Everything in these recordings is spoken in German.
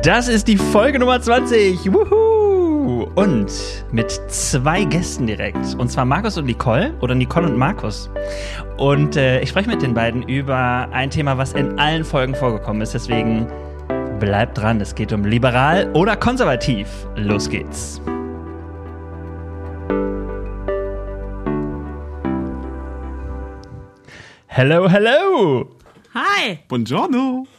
Das ist die Folge Nummer 20. Wuhu! Und mit 2 Gästen direkt. Und zwar Markus und Nicole oder Nicole und Markus. Und ich spreche mit den beiden über ein Thema, was in allen Folgen vorgekommen ist. Deswegen bleibt dran. Es geht um liberal oder konservativ. Los geht's. Hello, hello. Hi. Buongiorno.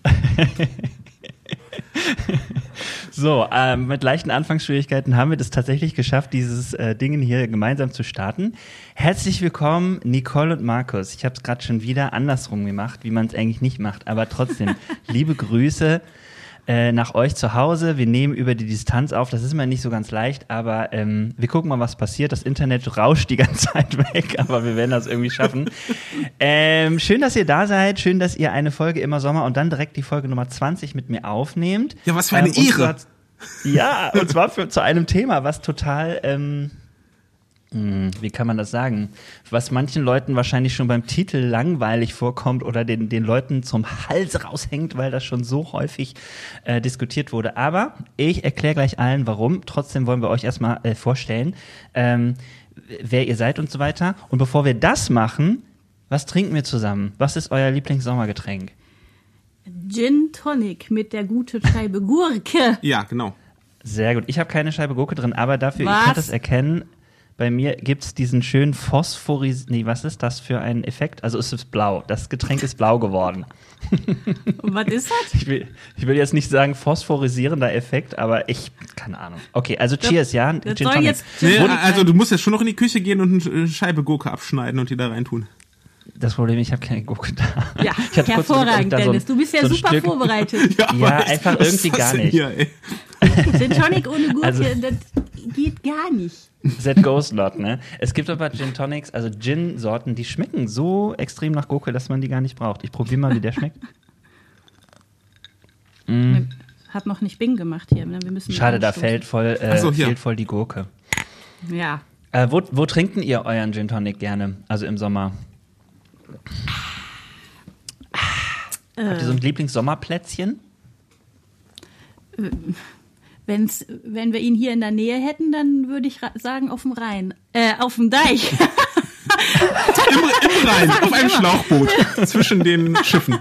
So, mit leichten Anfangsschwierigkeiten haben wir das tatsächlich geschafft, dieses Ding hier gemeinsam zu starten. Herzlich willkommen, Nicole und Markus. Ich habe es gerade schon wieder andersrum gemacht, wie man es eigentlich nicht macht. Aber trotzdem, liebe Grüße nach euch zu Hause. Wir nehmen über die Distanz auf. Das ist immer nicht so ganz leicht, aber wir gucken mal, was passiert. Das Internet rauscht die ganze Zeit weg, aber wir werden das irgendwie schaffen. Schön, dass ihr da seid. Schön, dass ihr eine Folge immer Sommer und dann direkt die Folge Nummer 20 mit mir aufnehmt. Ja, was für eine Ehre. Und zwar zu einem Thema, was total, wie kann man das sagen, was manchen Leuten wahrscheinlich schon beim Titel langweilig vorkommt oder den Leuten zum Hals raushängt, weil das schon so häufig diskutiert wurde. Aber ich erkläre gleich allen, warum. Trotzdem wollen wir euch erstmal vorstellen, wer ihr seid und so weiter. Und bevor wir das machen, was trinken wir zusammen? Was ist euer Lieblingssommergetränk? Gin Tonic mit der guten Scheibe Gurke. Ja, genau. Sehr gut. Ich habe keine Scheibe Gurke drin, aber dafür, ich kann das erkennen. Bei mir gibt's diesen schönen was ist das für ein Effekt? Also es ist blau. Das Getränk ist blau geworden. Und was ist das? Ich will jetzt nicht sagen phosphorisierender Effekt, aber keine Ahnung. Okay, also Cheers, ja. Das soll jetzt also du musst jetzt schon noch in die Küche gehen und eine Scheibe Gurke abschneiden und die da reintun. Das Problem, ich habe keine Gurke da. Ja, hervorragend, Dennis. Du bist ja super vorbereitet. Ja, einfach irgendwie gar nicht. Hier, ey? Gin Tonic ohne Gurke, das geht gar nicht. That goes not, ne? Es gibt aber Gin Tonics, also Gin-Sorten, die schmecken so extrem nach Gurke, dass man die gar nicht braucht. Ich probiere mal, wie der schmeckt. Hat noch nicht Bing gemacht hier. Ne? Wir müssen Schade, da fehlt voll die Gurke. Ja. Wo trinken ihr euren Gin Tonic gerne? Also im Sommer? Habt ihr so ein Lieblingssommerplätzchen? Wenn wir ihn hier in der Nähe hätten, dann würde ich sagen auf dem Rhein. Auf dem Deich. Im Rhein, auf einem Schlauchboot zwischen den Schiffen.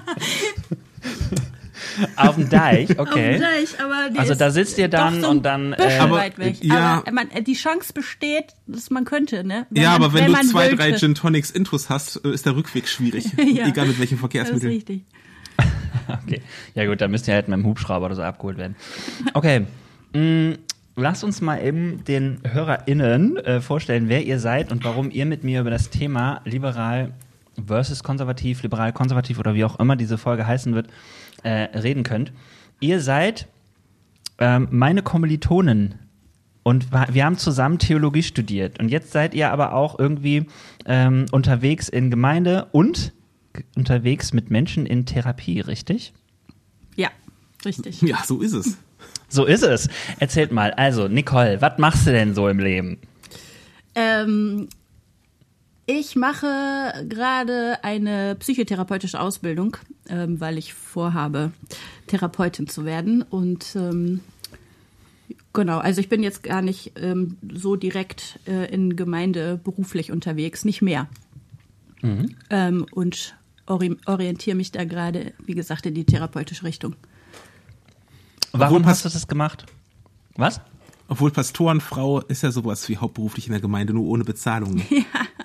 Auf dem Deich, okay. Auf dem Deich, aber also da sitzt ihr dann und dann... weit weg. Ja. Aber die Chance besteht, dass man könnte, ne? Aber wenn du 2, 3 Gin Tonics Intus hast, ist der Rückweg schwierig. Ja. Egal mit welchem Verkehrsmittel. Das ist richtig. Okay, ja gut, dann müsst ihr halt mit dem Hubschrauber oder so abgeholt werden. Okay, lasst uns mal eben den HörerInnen vorstellen, wer ihr seid und warum ihr mit mir über das Thema liberal versus konservativ, liberal, konservativ oder wie auch immer diese Folge heißen wird, reden könnt. Ihr seid meine Kommilitonen und wir haben zusammen Theologie studiert und jetzt seid ihr aber auch irgendwie unterwegs in Gemeinde und unterwegs mit Menschen in Therapie, richtig? Ja, richtig. Ja, so ist es. So ist es. Erzählt mal. Also, Nicole, was machst du denn so im Leben? Ich mache gerade eine psychotherapeutische Ausbildung, weil ich vorhabe, Therapeutin zu werden. Und genau, also ich bin jetzt gar nicht so direkt in Gemeinde beruflich unterwegs, nicht mehr. Mhm. Und orientiere mich da gerade, wie gesagt, in die therapeutische Richtung. Warum hast du das gemacht? Was? Obwohl Pastorenfrau ist ja sowas wie hauptberuflich in der Gemeinde, nur ohne Bezahlung. Ja.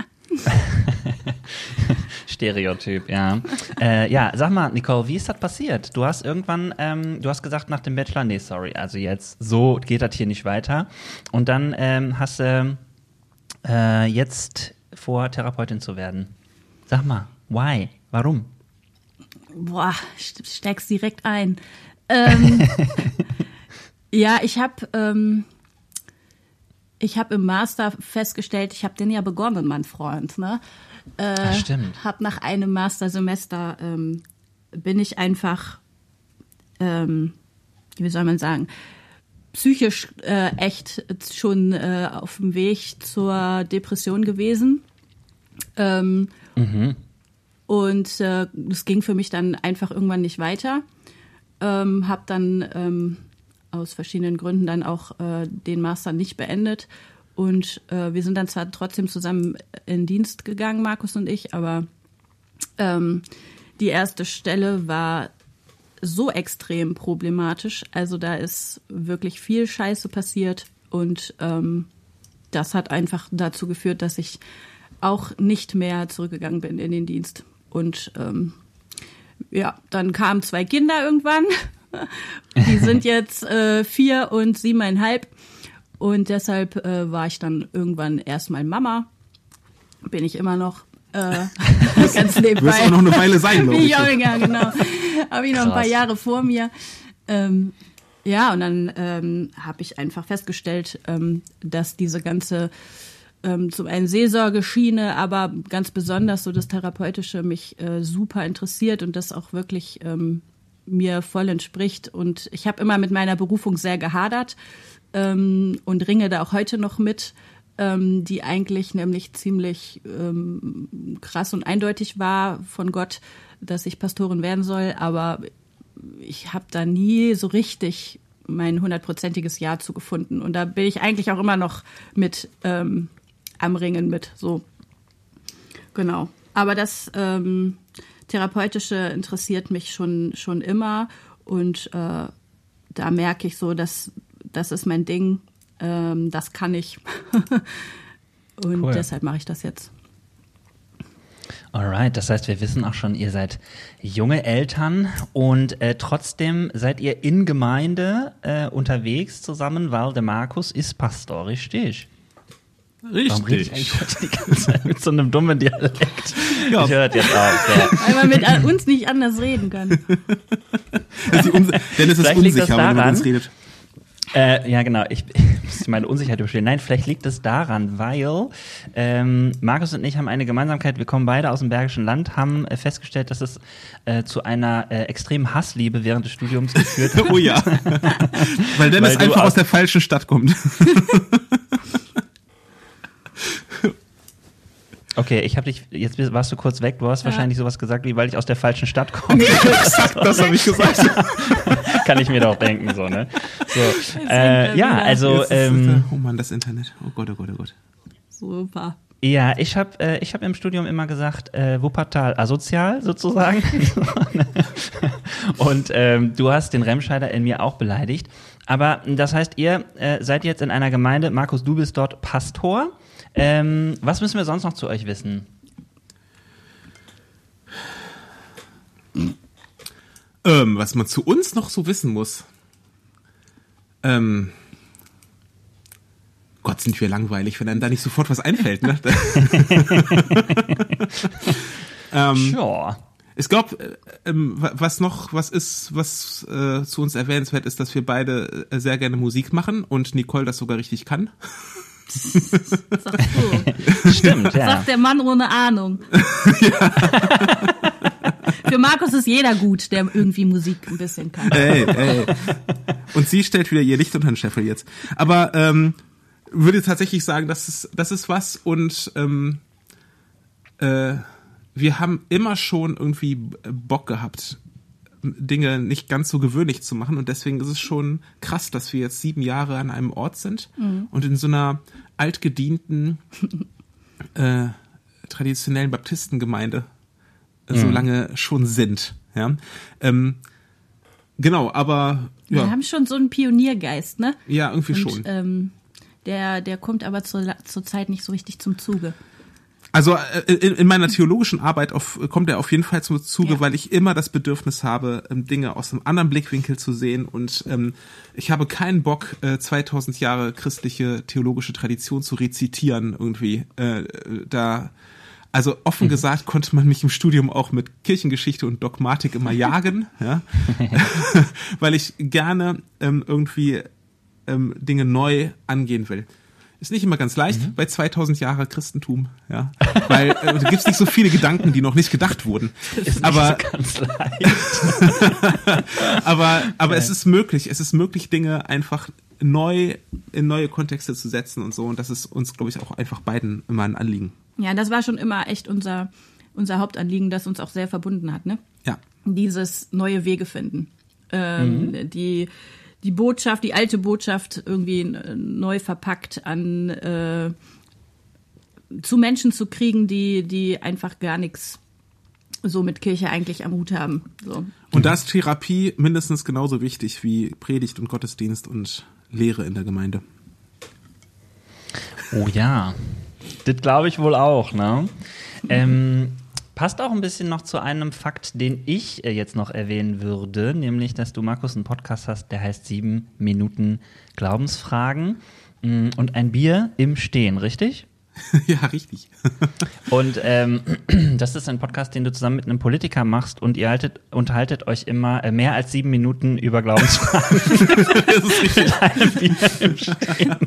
Stereotyp, ja. Ja, sag mal, Nicole, wie ist das passiert? Du hast irgendwann, du hast gesagt nach dem Bachelor, nee, sorry, also jetzt, so geht das hier nicht weiter. Und dann hast du jetzt vor, Therapeutin zu werden. Sag mal, why? Warum? Boah, steigst direkt ein. Ja, ich habe im Master festgestellt, ich habe den ja begonnen, mein Freund, ne? Stimmt. Hab nach einem Mastersemester bin ich einfach, wie soll man sagen, psychisch echt schon auf dem Weg zur Depression gewesen. Und es ging für mich dann einfach irgendwann nicht weiter. habe dann aus verschiedenen Gründen dann auch den Master nicht beendet. Und wir sind dann zwar trotzdem zusammen in Dienst gegangen, Markus und ich, aber die erste Stelle war so extrem problematisch. Also da ist wirklich viel Scheiße passiert und das hat einfach dazu geführt, dass ich auch nicht mehr zurückgegangen bin in den Dienst. Und dann kamen 2 Kinder irgendwann. Die sind jetzt 4 und 7,5. Und deshalb war ich dann irgendwann erstmal Mama. Bin ich immer noch ganz nebenbei. Wirst auch noch eine Weile sein, glaube ich. Ja, genau. Habe ich noch ein paar Jahre vor mir. Und dann habe ich einfach festgestellt, dass diese ganze zum einen Seelsorgeschiene, aber ganz besonders so das Therapeutische mich super interessiert und das auch wirklich mir voll entspricht. Und ich habe immer mit meiner Berufung sehr gehadert und ringe da auch heute noch mit, die eigentlich nämlich ziemlich krass und eindeutig war von Gott, dass ich Pastorin werden soll, aber ich habe da nie so richtig mein 100%iges Ja zugefunden. Und da bin ich eigentlich auch immer noch mit am Ringen mit, so. Genau. Aber das Therapeutische interessiert mich schon immer und da merke ich so, dass das ist mein Ding, das kann ich und cool. Deshalb mache ich das jetzt. Alright, das heißt, wir wissen auch schon, ihr seid junge Eltern und trotzdem seid ihr in Gemeinde unterwegs zusammen, weil der Markus ist Pastor, richtig? Warum rede ich eigentlich heute die ganze Zeit mit so einem dummen Dialekt? Ja. Ich höre jetzt auf. Ja. Weil man mit uns nicht anders reden kann. Dennis ist unsicher, wenn man mit uns redet. Ja, genau. Ich muss meine Unsicherheit überstehen. Nein, vielleicht liegt es daran, weil Markus und ich haben eine Gemeinsamkeit. Wir kommen beide aus dem Bergischen Land, haben festgestellt, dass es zu einer extremen Hassliebe während des Studiums geführt hat. Oh ja. Weil Dennis einfach aus der falschen Stadt kommt. Okay, ich habe dich, jetzt warst du kurz weg, du hast wahrscheinlich sowas gesagt, wie weil ich aus der falschen Stadt komme. Nee, exakt, das habe ich gesagt. Kann ich mir doch denken, so, ne? So, also, oh Mann, das Internet. Oh Gott, oh Gott, oh Gott. Super. Ja, ich hab im Studium immer gesagt, Wuppertal asozial sozusagen. Und du hast den Remscheider in mir auch beleidigt. Aber das heißt, ihr seid jetzt in einer Gemeinde, Markus, du bist dort Pastor. Was müssen wir sonst noch zu euch wissen? Was man zu uns noch so wissen muss. Gott, sind wir langweilig, wenn einem da nicht sofort was einfällt, ne? Sure. Ich glaube, was zu uns erwähnenswert ist, dass wir beide sehr gerne Musik machen und Nicole das sogar richtig kann. Sagst du. Stimmt, ja. Sagt der Mann ohne Ahnung. Ja. Für Markus ist jeder gut, der irgendwie Musik ein bisschen kann. Ey. Und sie stellt wieder ihr Licht unter den Scheffel jetzt. Aber würde tatsächlich sagen, das ist was und wir haben immer schon irgendwie Bock gehabt, Dinge nicht ganz so gewöhnlich zu machen und deswegen ist es schon krass, dass wir jetzt 7 Jahre an einem Ort sind und in so einer altgedienten traditionellen Baptistengemeinde so lange schon sind. Ja, genau, aber ja. Wir haben schon so einen Pioniergeist, ne? Ja, irgendwie und, schon. Der kommt aber zur Zeit nicht so richtig zum Zuge. Also in meiner theologischen Arbeit kommt er auf jeden Fall zum Zuge, weil ich immer das Bedürfnis habe, Dinge aus einem anderen Blickwinkel zu sehen und ich habe keinen Bock, 2000 Jahre christliche theologische Tradition zu rezitieren irgendwie. Also offen gesagt konnte man mich im Studium auch mit Kirchengeschichte und Dogmatik immer jagen, ja? Weil ich gerne irgendwie Dinge neu angehen will. Ist nicht immer ganz leicht bei 2000 Jahre Christentum, ja, weil da gibt's nicht so viele Gedanken, die noch nicht gedacht wurden. Ist aber nicht so ganz leicht. aber es ist möglich, Dinge einfach neu in neue Kontexte zu setzen und so. Und das ist uns, glaube ich, auch einfach beiden immer ein Anliegen. Ja, das war schon immer echt unser Hauptanliegen, das uns auch sehr verbunden hat, ne? Ja. Dieses neue Wege finden. die Botschaft, die alte Botschaft irgendwie neu verpackt zu Menschen zu kriegen, die einfach gar nichts so mit Kirche eigentlich am Hut haben. So. Und da ist Therapie mindestens genauso wichtig wie Predigt und Gottesdienst und Lehre in der Gemeinde. Oh ja, das glaube ich wohl auch, ne? Passt auch ein bisschen noch zu einem Fakt, den ich jetzt noch erwähnen würde, nämlich, dass du, Markus, einen Podcast hast, der heißt 7 Minuten Glaubensfragen und ein Bier im Stehen, richtig? Ja, richtig. Und das ist ein Podcast, den du zusammen mit einem Politiker machst und ihr unterhaltet euch immer mehr als 7 Minuten über Glaubensfragen. Das ist richtig. Mit einem Bier im Stehen.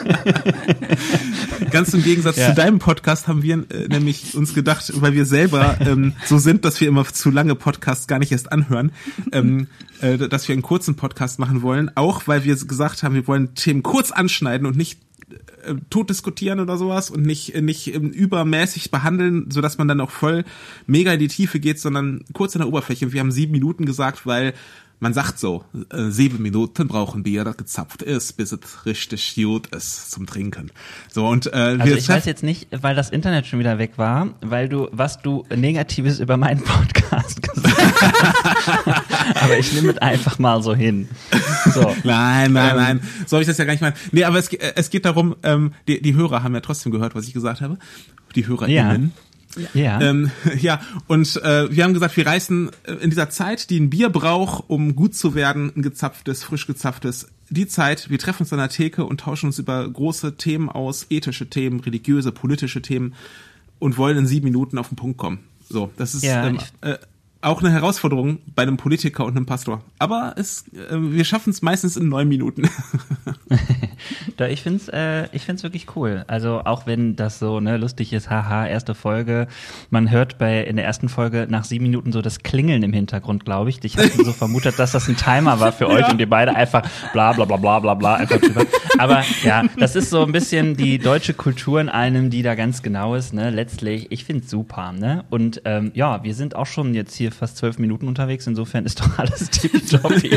Ganz im Gegensatz zu deinem Podcast haben wir nämlich uns gedacht, weil wir selber so sind, dass wir immer zu lange Podcasts gar nicht erst anhören, dass wir einen kurzen Podcast machen wollen, auch weil wir gesagt haben, wir wollen Themen kurz anschneiden und nicht tot diskutieren oder sowas und nicht übermäßig behandeln, sodass man dann auch voll mega in die Tiefe geht, sondern kurz in der Oberfläche. Wir haben 7 Minuten gesagt, weil man sagt so, 7 Minuten brauchen Bier, das gezapft ist, bis es richtig gut ist zum Trinken. So, und also ich weiß jetzt nicht, weil das Internet schon wieder weg war, was du Negatives über meinen Podcast gesagt hast. Aber ich nehme es einfach mal so hin. So. Nein. So habe ich das ja gar nicht mal. Nee, aber es geht darum, die Hörer haben ja trotzdem gehört, was ich gesagt habe. Die HörerInnen. Ja. Und wir haben gesagt, wir reißen in dieser Zeit, die ein Bier braucht, um gut zu werden, ein gezapftes, frisch gezapftes, die Zeit, wir treffen uns an der Theke und tauschen uns über große Themen aus, ethische Themen, religiöse, politische Themen und wollen in 7 Minuten auf den Punkt kommen. So, das ist auch eine Herausforderung bei einem Politiker und einem Pastor. Aber wir schaffen es meistens in 9 Minuten. Ich find's wirklich cool. Also auch wenn das so lustig ist, haha, erste Folge. Man hört in der ersten Folge nach 7 Minuten so das Klingeln im Hintergrund, glaube ich. Ich hatte so vermutet, dass das ein Timer war für euch und ihr beide einfach bla bla bla bla bla bla einfach drüber. Aber ja, das ist so ein bisschen die deutsche Kultur in einem, die da ganz genau ist. Ne? Letztlich, ich find's super. Ne? Und wir sind auch schon jetzt hier fast 12 Minuten unterwegs. Insofern ist doch alles tippitoppi.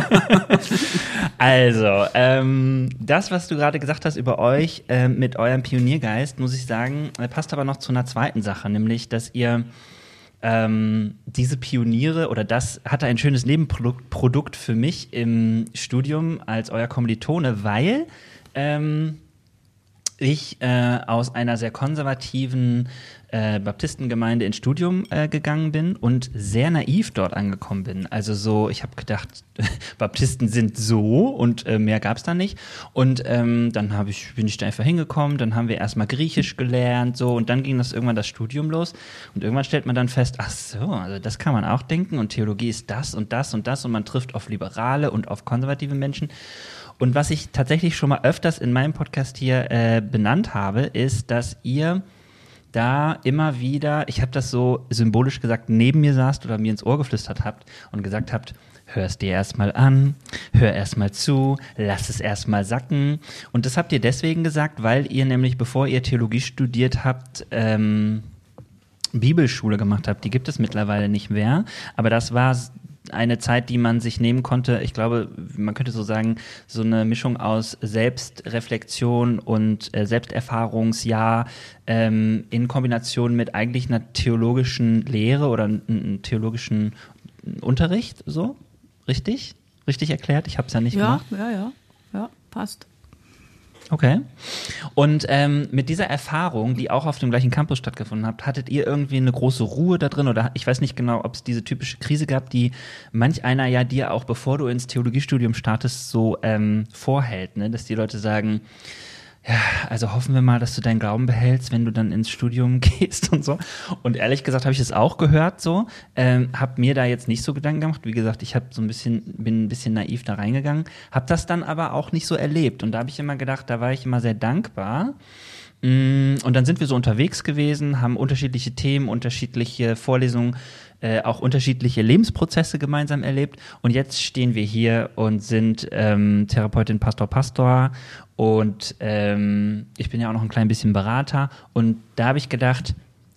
Also, das, was du gerade gesagt hast über euch mit eurem Pioniergeist, muss ich sagen, passt aber noch zu einer zweiten Sache, nämlich, dass ihr diese Pioniere oder das hatte ein schönes Nebenprodukt für mich im Studium als euer Kommilitone, weil ich aus einer sehr konservativen Baptistengemeinde ins Studium gegangen bin und sehr naiv dort angekommen bin. Also so, ich habe gedacht, Baptisten sind so und mehr gab's da nicht. Und dann bin ich da einfach hingekommen, dann haben wir erstmal Griechisch gelernt, so, und dann ging irgendwann das Studium los. Und irgendwann stellt man dann fest, ach so, also das kann man auch denken und Theologie ist das und das und das und man trifft auf liberale und auf konservative Menschen. Und was ich tatsächlich schon mal öfters in meinem Podcast hier benannt habe, ist, dass ihr da immer wieder, ich habe das so symbolisch gesagt, neben mir saßt oder mir ins Ohr geflüstert habt und gesagt habt, hör es dir erstmal an, hör erstmal zu, lass es erstmal sacken. Und das habt ihr deswegen gesagt, weil ihr nämlich, bevor ihr Theologie studiert habt, Bibelschule gemacht habt. Die gibt es mittlerweile nicht mehr, aber das war eine Zeit, die man sich nehmen konnte. Ich glaube, man könnte so sagen, so eine Mischung aus Selbstreflexion und Selbsterfahrungsjahr in Kombination mit eigentlich einer theologischen Lehre oder einem theologischen Unterricht, so? Richtig? Richtig erklärt? Ich habe es ja nicht gemacht. Ja, passt. Okay. Und mit dieser Erfahrung, die auch auf dem gleichen Campus stattgefunden hat, hattet ihr irgendwie eine große Ruhe da drin? Oder ich weiß nicht genau, ob es diese typische Krise gab, die manch einer ja dir auch, bevor du ins Theologiestudium startest, so vorhält, ne? Dass die Leute sagen, ja, also hoffen wir mal, dass du deinen Glauben behältst, wenn du dann ins Studium gehst und so. Und ehrlich gesagt habe ich das auch gehört so, habe mir da jetzt nicht so Gedanken gemacht. Wie gesagt, ich bin ein bisschen naiv da reingegangen, habe das dann aber auch nicht so erlebt. Und da habe ich immer gedacht, da war ich immer sehr dankbar. Und dann sind wir so unterwegs gewesen, haben unterschiedliche Themen, unterschiedliche Vorlesungen, auch unterschiedliche Lebensprozesse gemeinsam erlebt. Und jetzt stehen wir hier und sind Therapeutin, Pastor. Und ich bin ja auch noch ein klein bisschen Berater. Und da habe ich gedacht,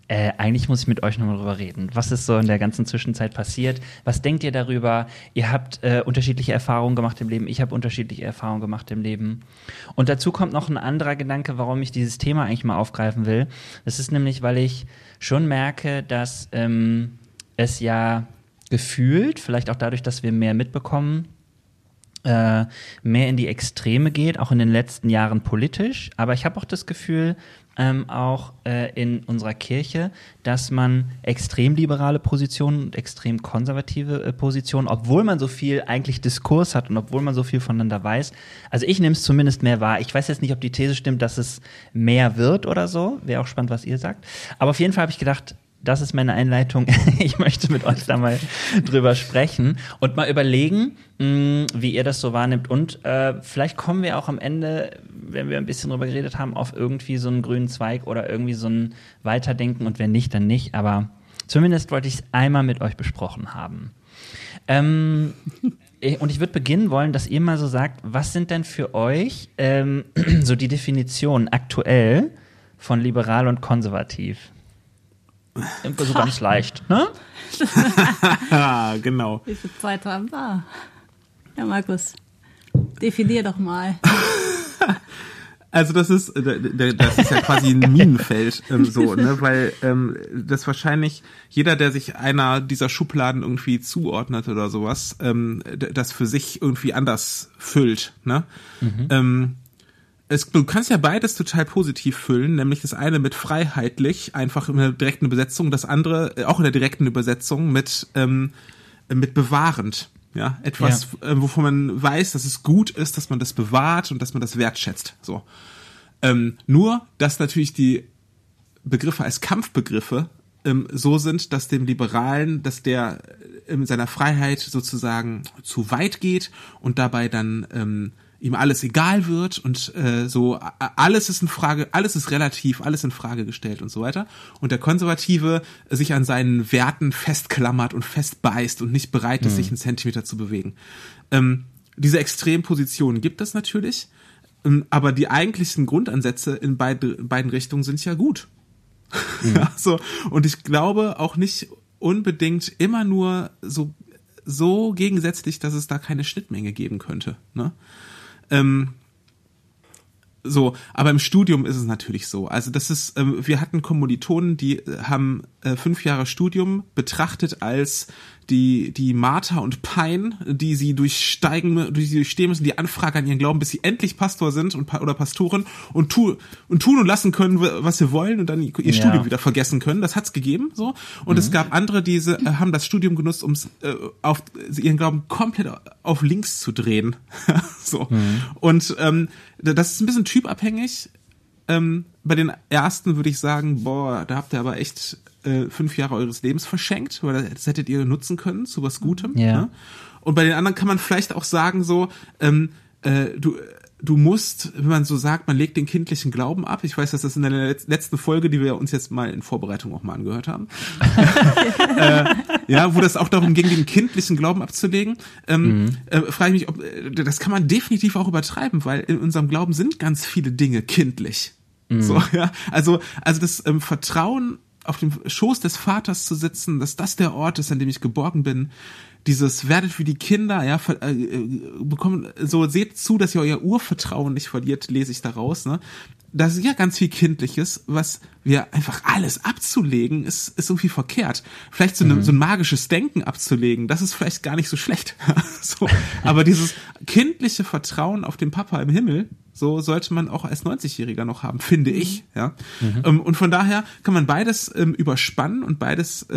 eigentlich muss ich mit euch nochmal drüber reden. Was ist so in der ganzen Zwischenzeit passiert? Was denkt ihr darüber? Ihr habt unterschiedliche Erfahrungen gemacht im Leben. Ich habe unterschiedliche Erfahrungen gemacht im Leben. Und dazu kommt noch ein anderer Gedanke, warum ich dieses Thema eigentlich mal aufgreifen will. Das ist nämlich, weil ich schon merke, dass es ja gefühlt, vielleicht auch dadurch, dass wir mehr mitbekommen, mehr in die Extreme geht, auch in den letzten Jahren politisch. Aber ich habe auch das Gefühl, auch in unserer Kirche, dass man extrem liberale Positionen und extrem konservative Positionen, obwohl man so viel eigentlich Diskurs hat und obwohl man so viel voneinander weiß. Also ich nehme es zumindest mehr wahr. Ich weiß jetzt nicht, ob die These stimmt, dass es mehr wird oder so. Wäre auch spannend, was ihr sagt. Aber auf jeden Fall habe ich gedacht, das ist meine Einleitung. Ich möchte mit euch da mal drüber sprechen und mal überlegen, wie ihr das so wahrnimmt. Und vielleicht kommen wir auch am Ende, wenn wir ein bisschen drüber geredet haben, auf irgendwie so einen grünen Zweig oder irgendwie so ein Weiterdenken. Und wenn nicht, dann nicht. Aber zumindest wollte ich es einmal mit euch besprochen haben. Und ich würde beginnen wollen, dass ihr mal so sagt, was sind denn für euch so die Definitionen aktuell von liberal und konservativ? So ganz leicht, ne? Genau. Wie viel Zeit haben wir? Ja, Markus, definier doch mal. Also das ist ja quasi ein Minenfeld, so, ne, weil das wahrscheinlich jeder, der sich einer dieser Schubladen irgendwie zuordnet oder sowas, das für sich irgendwie anders füllt, ne? Du kannst ja beides total positiv füllen, nämlich das eine mit freiheitlich, einfach in der direkten Übersetzung, das andere auch in der direkten Übersetzung mit bewahrend. Ja, etwas, wovon man weiß, dass es gut ist, dass man das bewahrt und dass man das wertschätzt. So. Nur, dass natürlich die Begriffe als Kampfbegriffe so sind, dass dem Liberalen, dass der in seiner Freiheit sozusagen zu weit geht und dabei dann ihm alles egal wird und so alles ist in Frage, alles ist relativ, alles in Frage gestellt und so weiter. Und der Konservative sich an seinen Werten festklammert und festbeißt und nicht bereit ist, sich einen Zentimeter zu bewegen. Diese Extrempositionen gibt es natürlich, aber die eigentlichen Grundansätze in beiden Richtungen sind ja gut. Ja, so. Und ich glaube auch nicht unbedingt immer nur so gegensätzlich, dass es da keine Schnittmenge geben könnte, ne? So, aber im Studium ist es natürlich so. Also das ist, wir hatten Kommilitonen, die haben 5 Jahre Studium betrachtet als die Marter und Pein, die sie durchstehen müssen, die Anfrage an ihren Glauben, bis sie endlich Pastor sind oder Pastorin und tun und lassen können, was sie wollen und dann ihr Studium wieder vergessen können. Das hat's gegeben, so. Und es gab andere, die haben das Studium genutzt, um auf ihren Glauben komplett auf links zu drehen. So. Und das ist ein bisschen typabhängig. Bei den ersten würde ich sagen, boah, da habt ihr aber echt 5 Jahre eures Lebens verschenkt, weil das hättet ihr nutzen können zu was Gutem. Ja. Ne? Und bei den anderen kann man vielleicht auch sagen so, du musst, wenn man so sagt, man legt den kindlichen Glauben ab. Ich weiß, dass das in der letzten Folge, die wir uns jetzt mal in Vorbereitung auch mal angehört haben, ja, wo das auch darum ging, den kindlichen Glauben abzulegen, frage ich mich, ob das kann man definitiv auch übertreiben, weil in unserem Glauben sind ganz viele Dinge kindlich. So, ja, also das Vertrauen auf dem Schoß des Vaters zu sitzen, dass das der Ort ist, an dem ich geborgen bin, dieses werdet wie die Kinder, ja, bekommen, so seht zu, dass ihr euer Urvertrauen nicht verliert, lese ich daraus, ne? Das ist ja ganz viel Kindliches, was wir einfach alles abzulegen, ist irgendwie verkehrt. Vielleicht so ein magisches Denken abzulegen, das ist vielleicht gar nicht so schlecht. So, aber dieses kindliche Vertrauen auf den Papa im Himmel, so sollte man auch als 90-Jähriger noch haben, finde ich, ja. Und von daher kann man beides überspannen und beides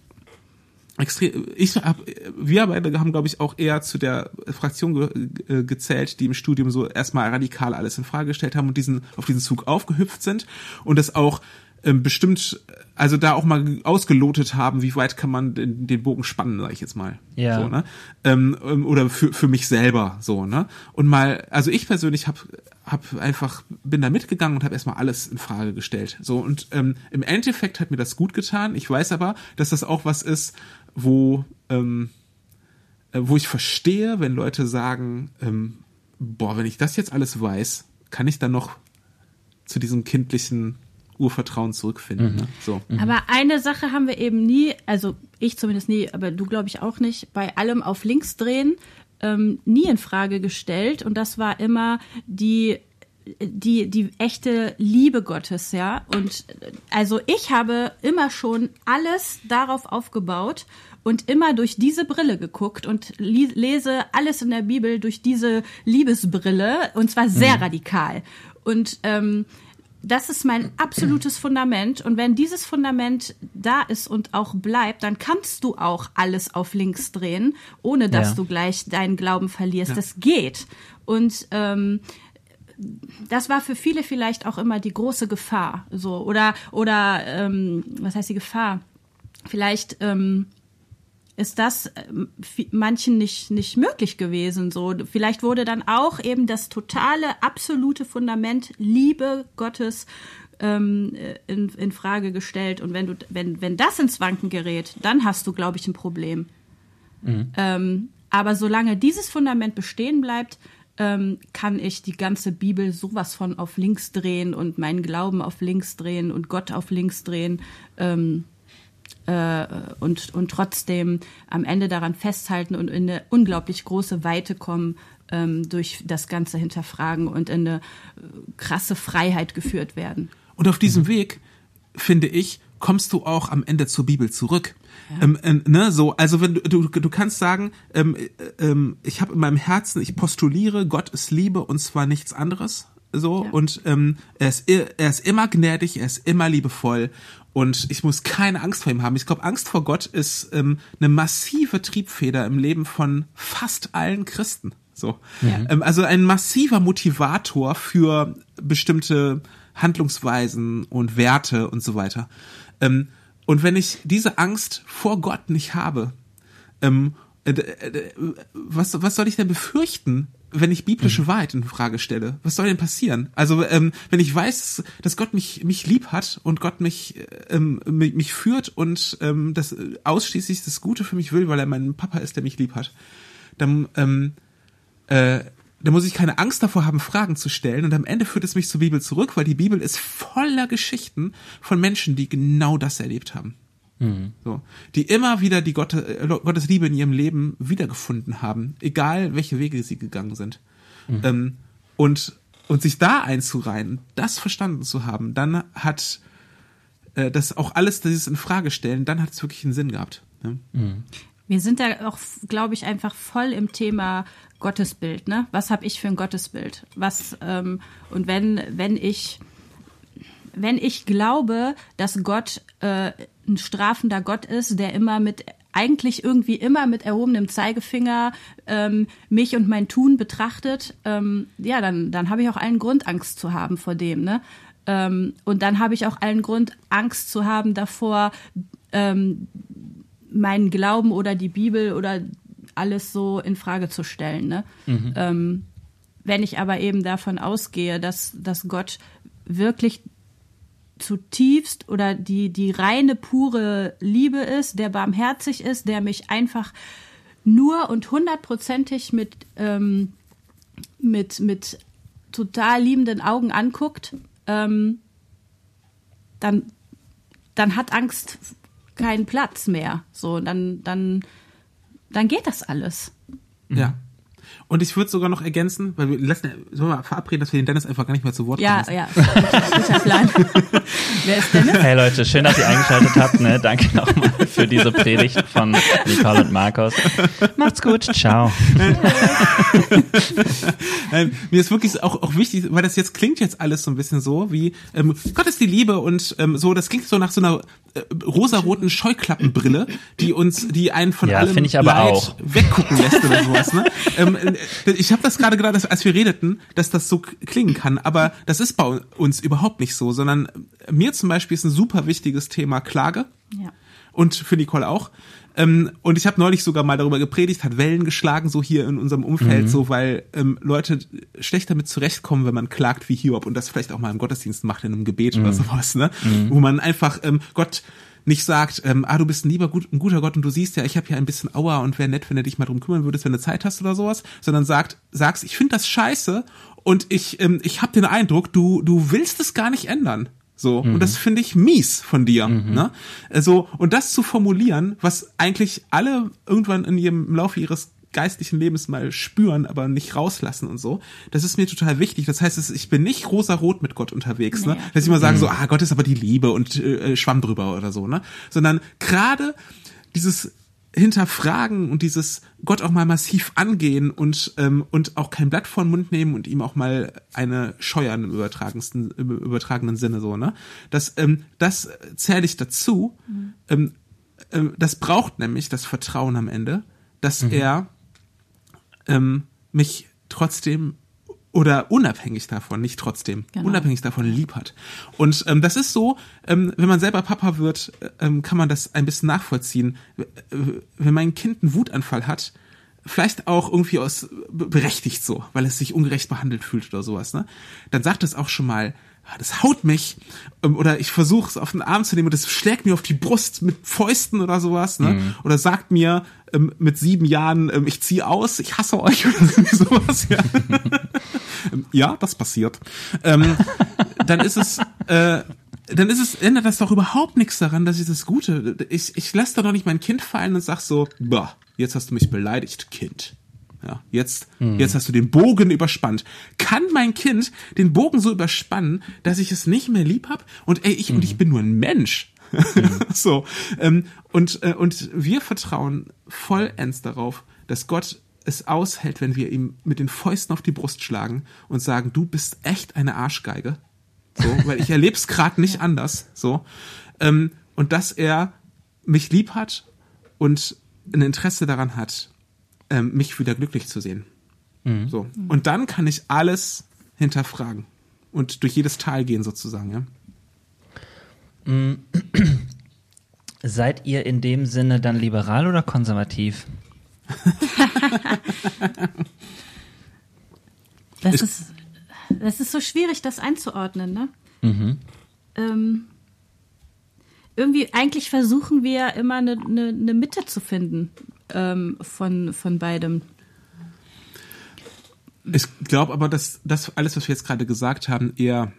wir beide haben, glaube ich, auch eher zu der Fraktion gezählt, die im Studium so erstmal radikal alles in Frage gestellt haben und auf diesen Zug aufgehüpft sind und das auch bestimmt, also da auch mal ausgelotet haben, wie weit kann man den Bogen spannen, sage ich jetzt mal. Ja. So, ne? Oder für mich selber so, ne? Und mal, also ich persönlich bin da mitgegangen und habe erstmal alles in Frage gestellt. So, und im Endeffekt hat mir das gut getan. Ich weiß aber, dass das auch was ist, wo ich verstehe, wenn Leute sagen, wenn ich das jetzt alles weiß, kann ich dann noch zu diesem kindlichen Urvertrauen zurückfinden. Ne? So. Aber eine Sache haben wir eben nie, also ich zumindest nie, aber du glaube ich auch nicht, bei allem auf links drehen, nie in Frage gestellt. Und das war immer die echte Liebe Gottes, ja. Und also ich habe immer schon alles darauf aufgebaut und immer durch diese Brille geguckt und lese alles in der Bibel durch diese Liebesbrille, und zwar sehr radikal. Und das ist mein absolutes Fundament. Und wenn dieses Fundament da ist und auch bleibt, dann kannst du auch alles auf links drehen, ohne dass du gleich deinen Glauben verlierst. Ja. Das geht. Und das war für viele vielleicht auch immer die große Gefahr. So. Oder was heißt die Gefahr? Vielleicht ist das manchen nicht möglich gewesen. So, vielleicht wurde dann auch eben das totale, absolute Fundament Liebe Gottes in Frage gestellt. Und wenn das ins Wanken gerät, dann hast du, glaube ich, ein Problem. Aber solange dieses Fundament bestehen bleibt, kann ich die ganze Bibel sowas von auf links drehen und meinen Glauben auf links drehen und Gott auf links drehen. Und trotzdem am Ende daran festhalten und in eine unglaublich große Weite kommen, durch das ganze Hinterfragen und in eine krasse Freiheit geführt werden. Und auf diesem Weg, finde ich, kommst du auch am Ende zur Bibel zurück. Ja. So, also wenn du kannst sagen, ich habe in meinem Herzen, ich postuliere, Gott ist Liebe und zwar nichts anderes. So, ja. Und er ist immer gnädig, er ist immer liebevoll. Und ich muss keine Angst vor ihm haben. Ich glaube, Angst vor Gott ist eine massive Triebfeder im Leben von fast allen Christen. So, also ein massiver Motivator für bestimmte Handlungsweisen und Werte und so weiter. Und wenn ich diese Angst vor Gott nicht habe, was soll ich denn befürchten, wenn ich biblische Wahrheit in Frage stelle? Was soll denn passieren? Also wenn ich weiß, dass Gott mich lieb hat und Gott mich führt und das ausschließlich das Gute für mich will, weil er mein Papa ist, der mich lieb hat, dann muss ich keine Angst davor haben, Fragen zu stellen. Und am Ende führt es mich zur Bibel zurück, weil die Bibel ist voller Geschichten von Menschen, die genau das erlebt haben. So, die immer wieder die Gottes Liebe in ihrem Leben wiedergefunden haben, egal welche Wege sie gegangen sind. Und sich da einzureihen, das verstanden zu haben, dann hat das auch alles, dieses in Frage stellen, dann hat es wirklich einen Sinn gehabt. Ne? Wir sind da auch, glaube ich, einfach voll im Thema Gottesbild. Ne? Was habe ich für ein Gottesbild? Und wenn ich glaube, dass Gott ein strafender Gott ist, der eigentlich irgendwie immer mit erhobenem Zeigefinger mich und mein Tun betrachtet, dann habe ich auch allen Grund, Angst zu haben vor dem. Ne? Und dann habe ich auch allen Grund, Angst zu haben davor, meinen Glauben oder die Bibel oder alles so in Frage zu stellen. Ne? Wenn ich aber eben davon ausgehe, dass Gott wirklich zutiefst oder die reine, pure Liebe ist, der barmherzig ist, der mich einfach nur und 100%ig mit total liebenden Augen anguckt, dann hat Angst keinen Platz mehr. So, dann geht das alles. Ja. Und ich würde sogar noch ergänzen, weil sollen wir mal verabreden, dass wir den Dennis einfach gar nicht mehr zu Wort kommen lassen. Ja, guter Plan. Wer ist Dennis? Hey Leute, schön, dass ihr eingeschaltet habt. Ne? Danke nochmal für diese Predigt von Nicole und Markus. Macht's gut, ciao. Mir ist wirklich auch wichtig, weil das klingt jetzt alles so ein bisschen so wie Gott ist die Liebe und so, das klingt so nach so einer rosaroten Scheuklappenbrille, die einen von allem Leid weggucken lässt oder sowas. Ne? Ich habe das gerade gedacht, als wir redeten, dass das so klingen kann, aber das ist bei uns überhaupt nicht so, sondern mir zum Beispiel ist ein super wichtiges Thema Klage und für Nicole auch. Und ich habe neulich sogar mal darüber gepredigt, hat Wellen geschlagen, so hier in unserem Umfeld, so weil Leute schlecht damit zurechtkommen, wenn man klagt wie Hiob und das vielleicht auch mal im Gottesdienst macht, in einem Gebet oder sowas, ne? Wo man einfach Gott nicht sagt, du bist ein guter Gott und du siehst ja, ich habe hier ein bisschen Aua und wäre nett, wenn du dich mal drum kümmern würdest, wenn du Zeit hast oder sowas, sondern sagst, ich finde das scheiße und ich habe den Eindruck, du willst es gar nicht ändern. So, und das finde ich mies von dir. Ne? Also, und das zu formulieren, was eigentlich alle irgendwann im Laufe ihres geistlichen Lebens mal spüren, aber nicht rauslassen und so, das ist mir total wichtig. Das heißt, ich bin nicht rosarot mit Gott unterwegs, ne? Dass ich immer sage so, Gott ist aber die Liebe und Schwamm drüber oder so, ne? Sondern gerade dieses Hinterfragen und dieses Gott auch mal massiv angehen und auch kein Blatt vor den Mund nehmen und ihm auch mal eine scheuern im übertragenen Sinne so, ne? Das zähle ich dazu. Das braucht nämlich das Vertrauen am Ende, dass er mich trotzdem oder unabhängig davon, nicht trotzdem, unabhängig davon lieb hat. Und das ist so, wenn man selber Papa wird, kann man das ein bisschen nachvollziehen. Wenn mein Kind einen Wutanfall hat, vielleicht auch irgendwie berechtigt so, weil es sich ungerecht behandelt fühlt oder sowas, ne? Dann sagt es auch schon mal, das haut mich, oder ich versuche es auf den Arm zu nehmen und das schlägt mir auf die Brust mit Fäusten oder sowas, ne? Oder sagt mir mit 7 Jahren, ich ziehe aus, ich hasse euch oder sowas, ja. Ja, das passiert. Dann ändert das doch überhaupt nichts daran, dass ich das Gute, ich lasse da doch nicht mein Kind fallen und sag so, boah, jetzt hast du mich beleidigt, Kind. Ja, jetzt hast du den Bogen überspannt. Kann mein Kind den Bogen so überspannen, dass ich es nicht mehr lieb hab? Und ich bin nur ein Mensch. So, und wir vertrauen vollends darauf, dass Gott es aushält, wenn wir ihm mit den Fäusten auf die Brust schlagen und sagen, du bist echt eine Arschgeige. So, weil ich erlebe es gerade nicht anders. So, und dass er mich lieb hat und ein Interesse daran hat, mich wieder glücklich zu sehen. So. Und dann kann ich alles hinterfragen und durch jedes Tal gehen sozusagen, ja. Seid ihr in dem Sinne dann liberal oder konservativ? Das ist so schwierig, das einzuordnen, ne? Irgendwie, eigentlich versuchen wir immer eine Mitte zu finden von beidem. Ich glaube aber, dass das alles, was wir jetzt gerade gesagt haben, eher,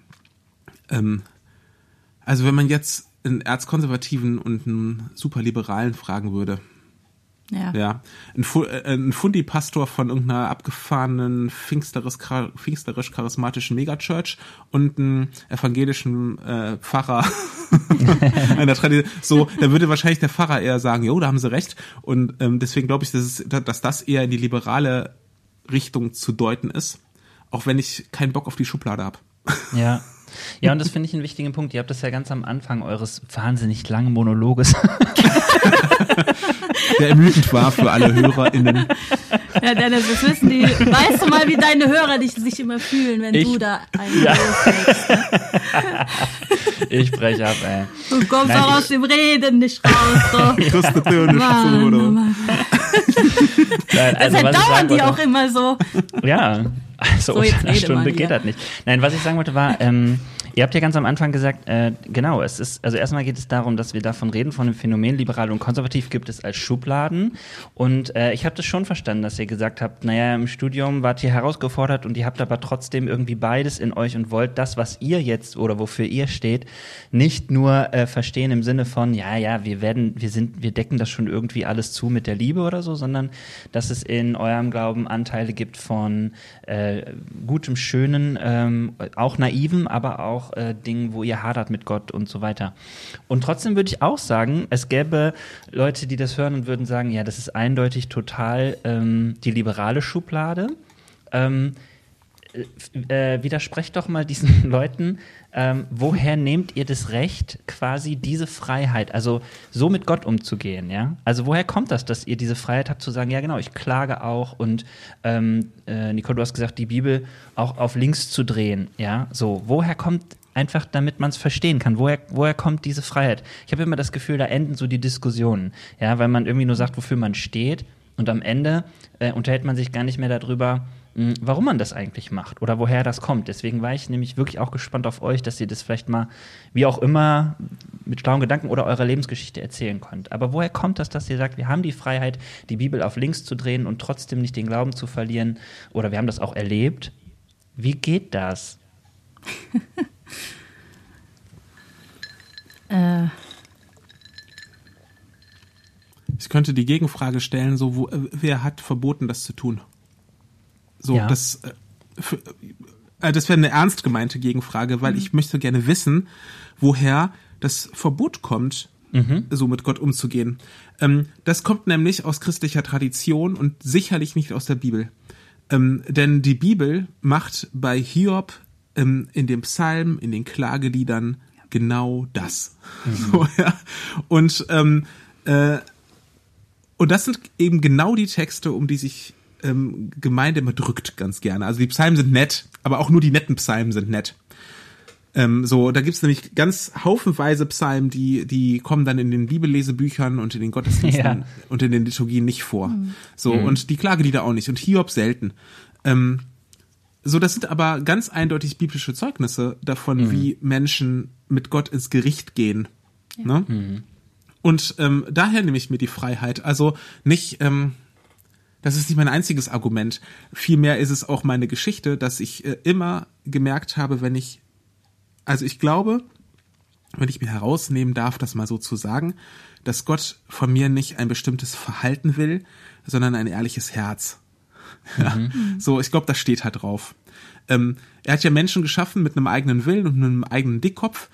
also wenn man jetzt einen Erzkonservativen und einen Superliberalen fragen würde, ja, ein Fundi-Pastor von irgendeiner abgefahrenen pfingsterisch-charismatischen Megachurch und einen evangelischen Pfarrer einer Tradition, so, da würde wahrscheinlich der Pfarrer eher sagen, jo, da haben sie recht. Und deswegen glaube ich, dass das eher in die liberale Richtung zu deuten ist, auch wenn ich keinen Bock auf die Schublade habe. Ja. Ja, und das finde ich einen wichtigen Punkt. Ihr habt das ja ganz am Anfang eures wahnsinnig langen Monologes. Der ermüdend war für alle HörerInnen. Ja, Dennis, das wissen die. Weißt du mal, wie deine Hörer sich immer fühlen, wenn du da einen loslegt, ne? Ich breche ab, ey. Du kommst auch aus dem Reden nicht raus. So. Deshalb dauern die auch immer so. Ja, also unter einer Stunde geht das nicht. Nein, was ich sagen wollte war, ihr habt ja ganz am Anfang gesagt, genau, es ist, also erstmal geht es darum, dass wir davon reden, von dem Phänomen liberal und konservativ gibt es als Schubladen. Und ich habe das schon verstanden, dass ihr gesagt habt, naja, im Studium wart ihr herausgefordert und ihr habt aber trotzdem irgendwie beides in euch und wollt das, was ihr jetzt oder wofür ihr steht, nicht nur verstehen im Sinne von, ja, wir decken das schon irgendwie alles zu mit der Liebe oder so, sondern dass es in eurem Glauben Anteile gibt von gutem, schönen, auch naiven, aber auch Dingen, wo ihr hadert mit Gott und so weiter. Und trotzdem würde ich auch sagen, es gäbe Leute, die das hören und würden sagen, ja, das ist eindeutig total die liberale Schublade. Widersprecht doch mal diesen Leuten, woher nehmt ihr das Recht, quasi diese Freiheit, also so mit Gott umzugehen, ja? Also woher kommt das, dass ihr diese Freiheit habt zu sagen, ja genau, ich klage auch und Nicole, du hast gesagt, die Bibel auch auf links zu drehen, ja? So, woher kommt einfach, damit man es verstehen kann, woher kommt diese Freiheit? Ich habe immer das Gefühl, da enden so die Diskussionen, ja, weil man irgendwie nur sagt, wofür man steht und am Ende unterhält man sich gar nicht mehr darüber, warum man das eigentlich macht oder woher das kommt. Deswegen war ich nämlich wirklich auch gespannt auf euch, dass ihr das vielleicht mal, wie auch immer, mit schlauen Gedanken oder eurer Lebensgeschichte erzählen könnt. Aber woher kommt das, dass ihr sagt, wir haben die Freiheit, die Bibel auf links zu drehen und trotzdem nicht den Glauben zu verlieren? Oder wir haben das auch erlebt. Wie geht das? könnte die Gegenfrage stellen, so, wer hat verboten, das zu tun? So, Ja. das wäre eine ernst gemeinte Gegenfrage, weil ich möchte gerne wissen, woher das Verbot kommt, so mit Gott umzugehen. Das kommt nämlich aus christlicher Tradition und sicherlich nicht aus der Bibel. Denn die Bibel macht bei Hiob in dem Psalm, in den Klageliedern genau das. So, ja. Und das sind eben genau die Texte, um die sich Gemeinde immer drückt ganz gerne. Also die Psalmen sind nett, aber auch nur die netten Psalmen sind nett. Da gibt's nämlich ganz haufenweise Psalmen, die kommen dann in den Bibellesebüchern und in den Gottesdiensten und in den Liturgien nicht vor. Und die Klagelieder auch nicht und Hiob selten. Das sind aber ganz eindeutig biblische Zeugnisse davon, wie Menschen mit Gott ins Gericht gehen. Ja. Ne? Und daher nehme ich mir die Freiheit. Also nicht, das ist nicht mein einziges Argument. Vielmehr ist es auch meine Geschichte, dass ich immer gemerkt habe, ich glaube, wenn ich mir herausnehmen darf, das mal so zu sagen, dass Gott von mir nicht ein bestimmtes Verhalten will, sondern ein ehrliches Herz. Ja, ich glaube, das steht halt drauf. Er hat ja Menschen geschaffen mit einem eigenen Willen und einem eigenen Dickkopf.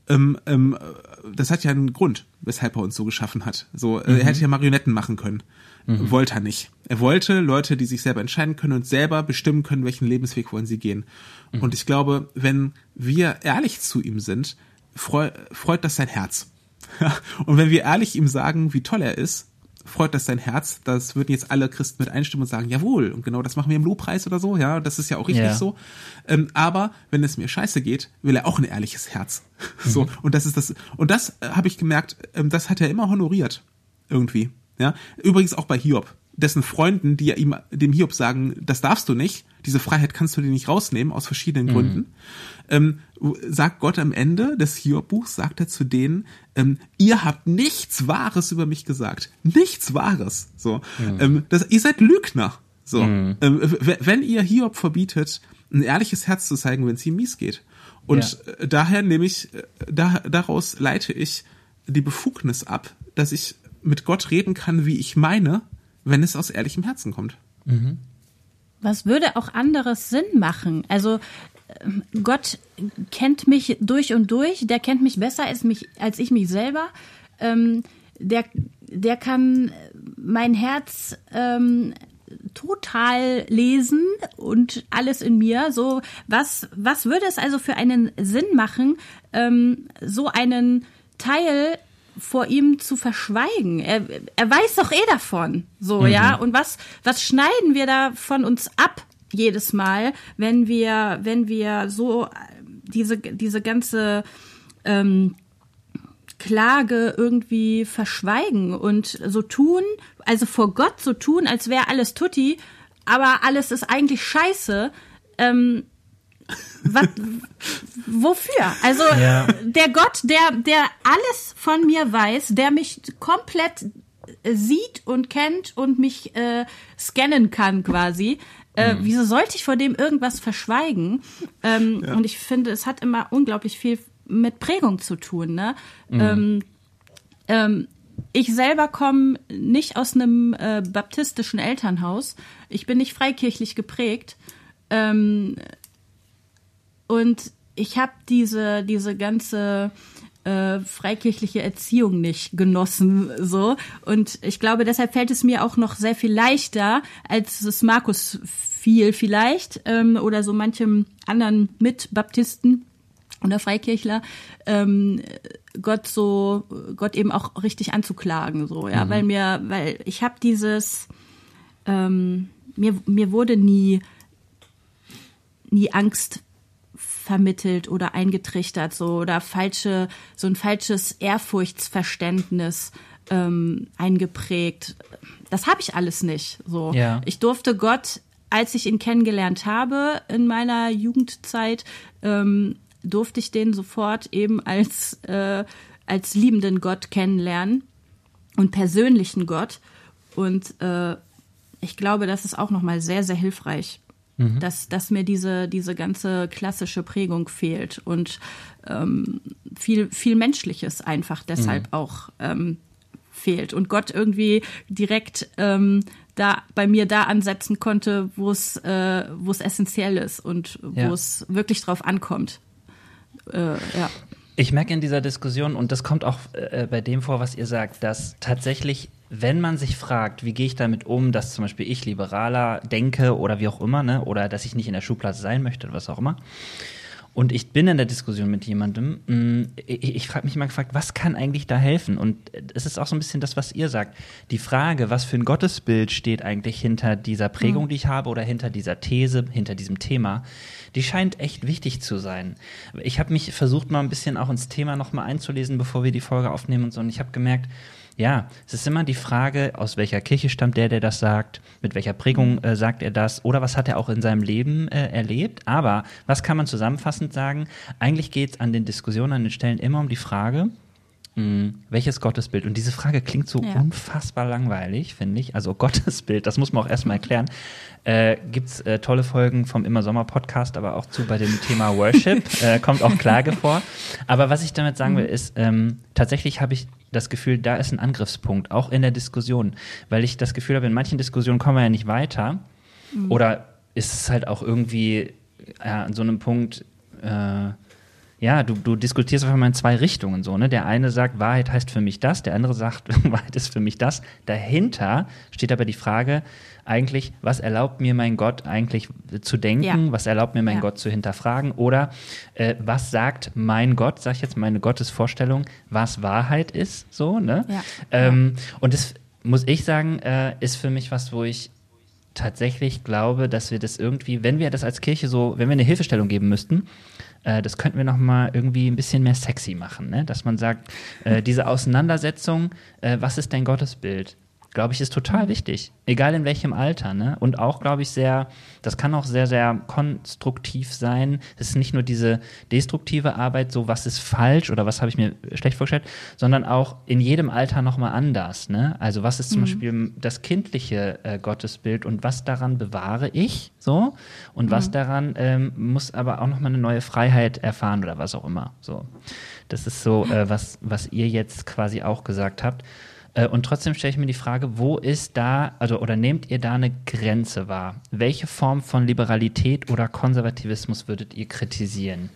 Das hat ja einen Grund, weshalb er uns so geschaffen hat. Er hätte ja Marionetten machen können. Wollte er nicht. Er wollte Leute, die sich selber entscheiden können und selber bestimmen können, welchen Lebensweg wollen sie gehen. Und ich glaube, wenn wir ehrlich zu ihm sind, freut das sein Herz. Und wenn wir ehrlich ihm sagen, wie toll er ist, freut das sein Herz. Das würden jetzt alle Christen mit einstimmen und sagen, jawohl, und genau das machen wir im Lobpreis oder so. Ja, das ist ja auch richtig so. Aber wenn es mir scheiße geht, will er auch ein ehrliches Herz. Und das ist das. Und das habe ich gemerkt, das hat er immer honoriert. Irgendwie. Ja, übrigens auch bei Hiob, dessen Freunden, die dem Hiob sagen, das darfst du nicht, diese Freiheit kannst du dir nicht rausnehmen, aus verschiedenen Gründen, sagt Gott am Ende des Hiob-Buchs, sagt er zu denen, ihr habt nichts Wahres über mich gesagt. Nichts Wahres. Ihr seid Lügner. Wenn ihr Hiob verbietet, ein ehrliches Herz zu zeigen, wenn es ihm mies geht. Und daher daraus leite ich die Befugnis ab, dass ich mit Gott reden kann, wie ich meine, wenn es aus ehrlichem Herzen kommt. Was würde auch anderes Sinn machen? Also Gott kennt mich durch und durch, der kennt mich besser als ich mich selber. Der kann mein Herz total lesen und alles in mir. So, was würde es also für einen Sinn machen, so einen Teil vor ihm zu verschweigen? Er weiß doch davon. Ja. Und was schneiden wir da von uns ab jedes Mal, wenn wir so diese ganze Klage irgendwie verschweigen und so tun, also vor Gott so tun, als wäre alles tutti, aber alles ist eigentlich scheiße. Wofür? Also der Gott, der alles von mir weiß, der mich komplett sieht und kennt und mich scannen kann quasi. Wieso sollte ich vor dem irgendwas verschweigen? Und ich finde, es hat immer unglaublich viel mit Prägung zu tun. Ne? Ich selber komme nicht aus einem baptistischen Elternhaus. Ich bin nicht freikirchlich geprägt. Und ich habe diese ganze freikirchliche Erziehung nicht genossen, so. Und ich glaube, deshalb fällt es mir auch noch sehr viel leichter, als es Markus fiel vielleicht, oder so manchem anderen Mitbaptisten oder Freikirchler, Gott eben auch richtig anzuklagen, so, ja, weil ich habe dieses, mir wurde nie Angst vermittelt oder eingetrichtert, oder so ein falsches Ehrfurchtsverständnis eingeprägt. Das habe ich alles nicht. So. Ja. Ich durfte Gott, als ich ihn kennengelernt habe in meiner Jugendzeit, durfte ich den sofort eben als liebenden Gott kennenlernen und persönlichen Gott. Und ich glaube, das ist auch nochmal sehr, sehr hilfreich. Dass mir diese ganze klassische Prägung fehlt und viel, viel Menschliches einfach deshalb auch, fehlt und Gott irgendwie direkt da bei mir da ansetzen konnte, wo es essentiell ist und wo es wirklich drauf ankommt. Ja. Ich merke in dieser Diskussion, und das kommt auch bei dem vor, was ihr sagt, dass tatsächlich, wenn man sich fragt, wie gehe ich damit um, dass zum Beispiel ich liberaler denke oder wie auch immer, ne, oder dass ich nicht in der Schublade sein möchte oder was auch immer, und ich bin in der Diskussion mit jemandem, ich frage mich mal gefragt, was kann eigentlich da helfen? Und es ist auch so ein bisschen das, was ihr sagt. Die Frage, was für ein Gottesbild steht eigentlich hinter dieser Prägung, die ich habe, oder hinter dieser These, hinter diesem Thema, die scheint echt wichtig zu sein. Ich habe mich versucht, mal ein bisschen auch ins Thema nochmal einzulesen, bevor wir die Folge aufnehmen und so. Und ich habe gemerkt, ja, es ist immer die Frage, aus welcher Kirche stammt der das sagt, mit welcher Prägung sagt er das oder was hat er auch in seinem Leben erlebt. Aber was kann man zusammenfassend sagen? Eigentlich geht es an den Diskussionen, an den Stellen immer um die Frage, welches Gottesbild? Und diese Frage klingt so unfassbar langweilig, finde ich. Also Gottesbild, das muss man auch erstmal erklären. Gibt's tolle Folgen vom Immer Sommer Podcast, aber auch bei dem Thema Worship. Kommt auch Klage vor. Aber was ich damit sagen will, ist, tatsächlich habe ich das Gefühl, da ist ein Angriffspunkt, auch in der Diskussion. Weil ich das Gefühl habe, in manchen Diskussionen kommen wir ja nicht weiter. Oder ist es halt auch irgendwie an so einem Punkt, du diskutierst auf einmal in zwei Richtungen so, ne? Der eine sagt, Wahrheit heißt für mich das, der andere sagt, Wahrheit ist für mich das. Dahinter steht aber die Frage eigentlich, was erlaubt mir mein Gott eigentlich zu denken, was erlaubt mir mein Gott zu hinterfragen oder was sagt mein Gott, sag ich jetzt, meine Gottesvorstellung, was Wahrheit ist, so, ne? Und das, muss ich sagen, ist für mich was, wo ich tatsächlich glaube, dass wir das irgendwie, wenn wir das als Kirche so, wenn wir eine Hilfestellung geben müssten, das könnten wir nochmal irgendwie ein bisschen mehr sexy machen, ne? Dass man sagt, diese Auseinandersetzung, was ist dein Gottesbild? Glaube ich, ist total wichtig, egal in welchem Alter, ne? Und auch, glaube ich, das kann auch sehr, sehr konstruktiv sein. Es ist nicht nur diese destruktive Arbeit, so was ist falsch oder was habe ich mir schlecht vorgestellt, sondern auch in jedem Alter nochmal anders, ne? Also was ist zum Beispiel das kindliche Gottesbild und was daran bewahre ich, so? Und was daran muss aber auch nochmal eine neue Freiheit erfahren oder was auch immer, so. Das ist so, was ihr jetzt quasi auch gesagt habt. Und trotzdem stelle ich mir die Frage, wo ist da, oder nehmt ihr da eine Grenze wahr? Welche Form von Liberalität oder Konservativismus würdet ihr kritisieren?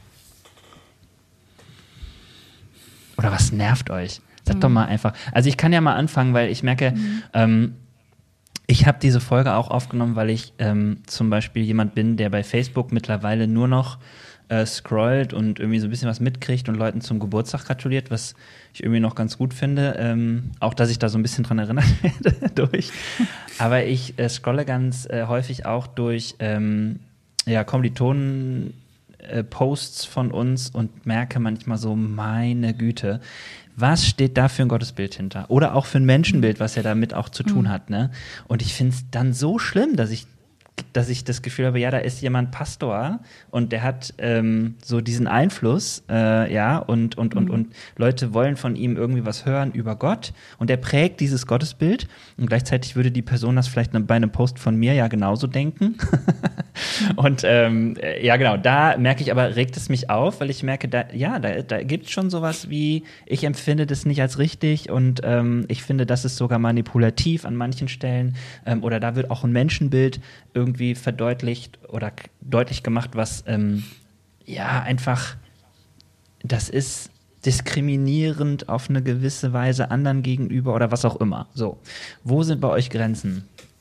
Oder was nervt euch? Sagt doch mal einfach. Also ich kann ja mal anfangen, weil ich merke, ich habe diese Folge auch aufgenommen, weil ich zum Beispiel jemand bin, der bei Facebook mittlerweile nur noch scrollt und irgendwie so ein bisschen was mitkriegt und Leuten zum Geburtstag gratuliert, was ich irgendwie noch ganz gut finde. Auch, dass ich da so ein bisschen dran erinnert werde durch. Aber ich scrolle ganz häufig auch durch Kommilitonen Posts von uns und merke manchmal so, meine Güte, was steht da für ein Gottesbild hinter? Oder auch für ein Menschenbild, was ja damit auch zu tun hat, ne? Und ich finde es dann so schlimm, dass ich das Gefühl habe, ja, da ist jemand Pastor und der hat so diesen Einfluss, und Leute wollen von ihm irgendwie was hören über Gott und der prägt dieses Gottesbild und gleichzeitig würde die Person das vielleicht bei einem Post von mir ja genauso denken. Und genau, da merke ich aber, regt es mich auf, weil ich merke, da gibt es schon sowas wie, ich empfinde das nicht als richtig und ich finde, das ist sogar manipulativ an manchen Stellen oder da wird auch ein Menschenbild irgendwie verdeutlicht oder deutlich gemacht, was einfach, das ist diskriminierend auf eine gewisse Weise anderen gegenüber oder was auch immer. So, wo sind bei euch Grenzen?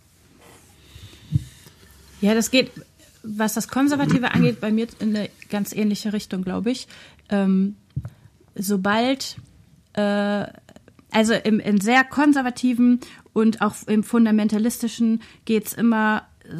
Ja, das geht, was das Konservative angeht, bei mir in eine ganz ähnliche Richtung, glaube ich. Sobald, also in sehr konservativen und auch im fundamentalistischen geht's immer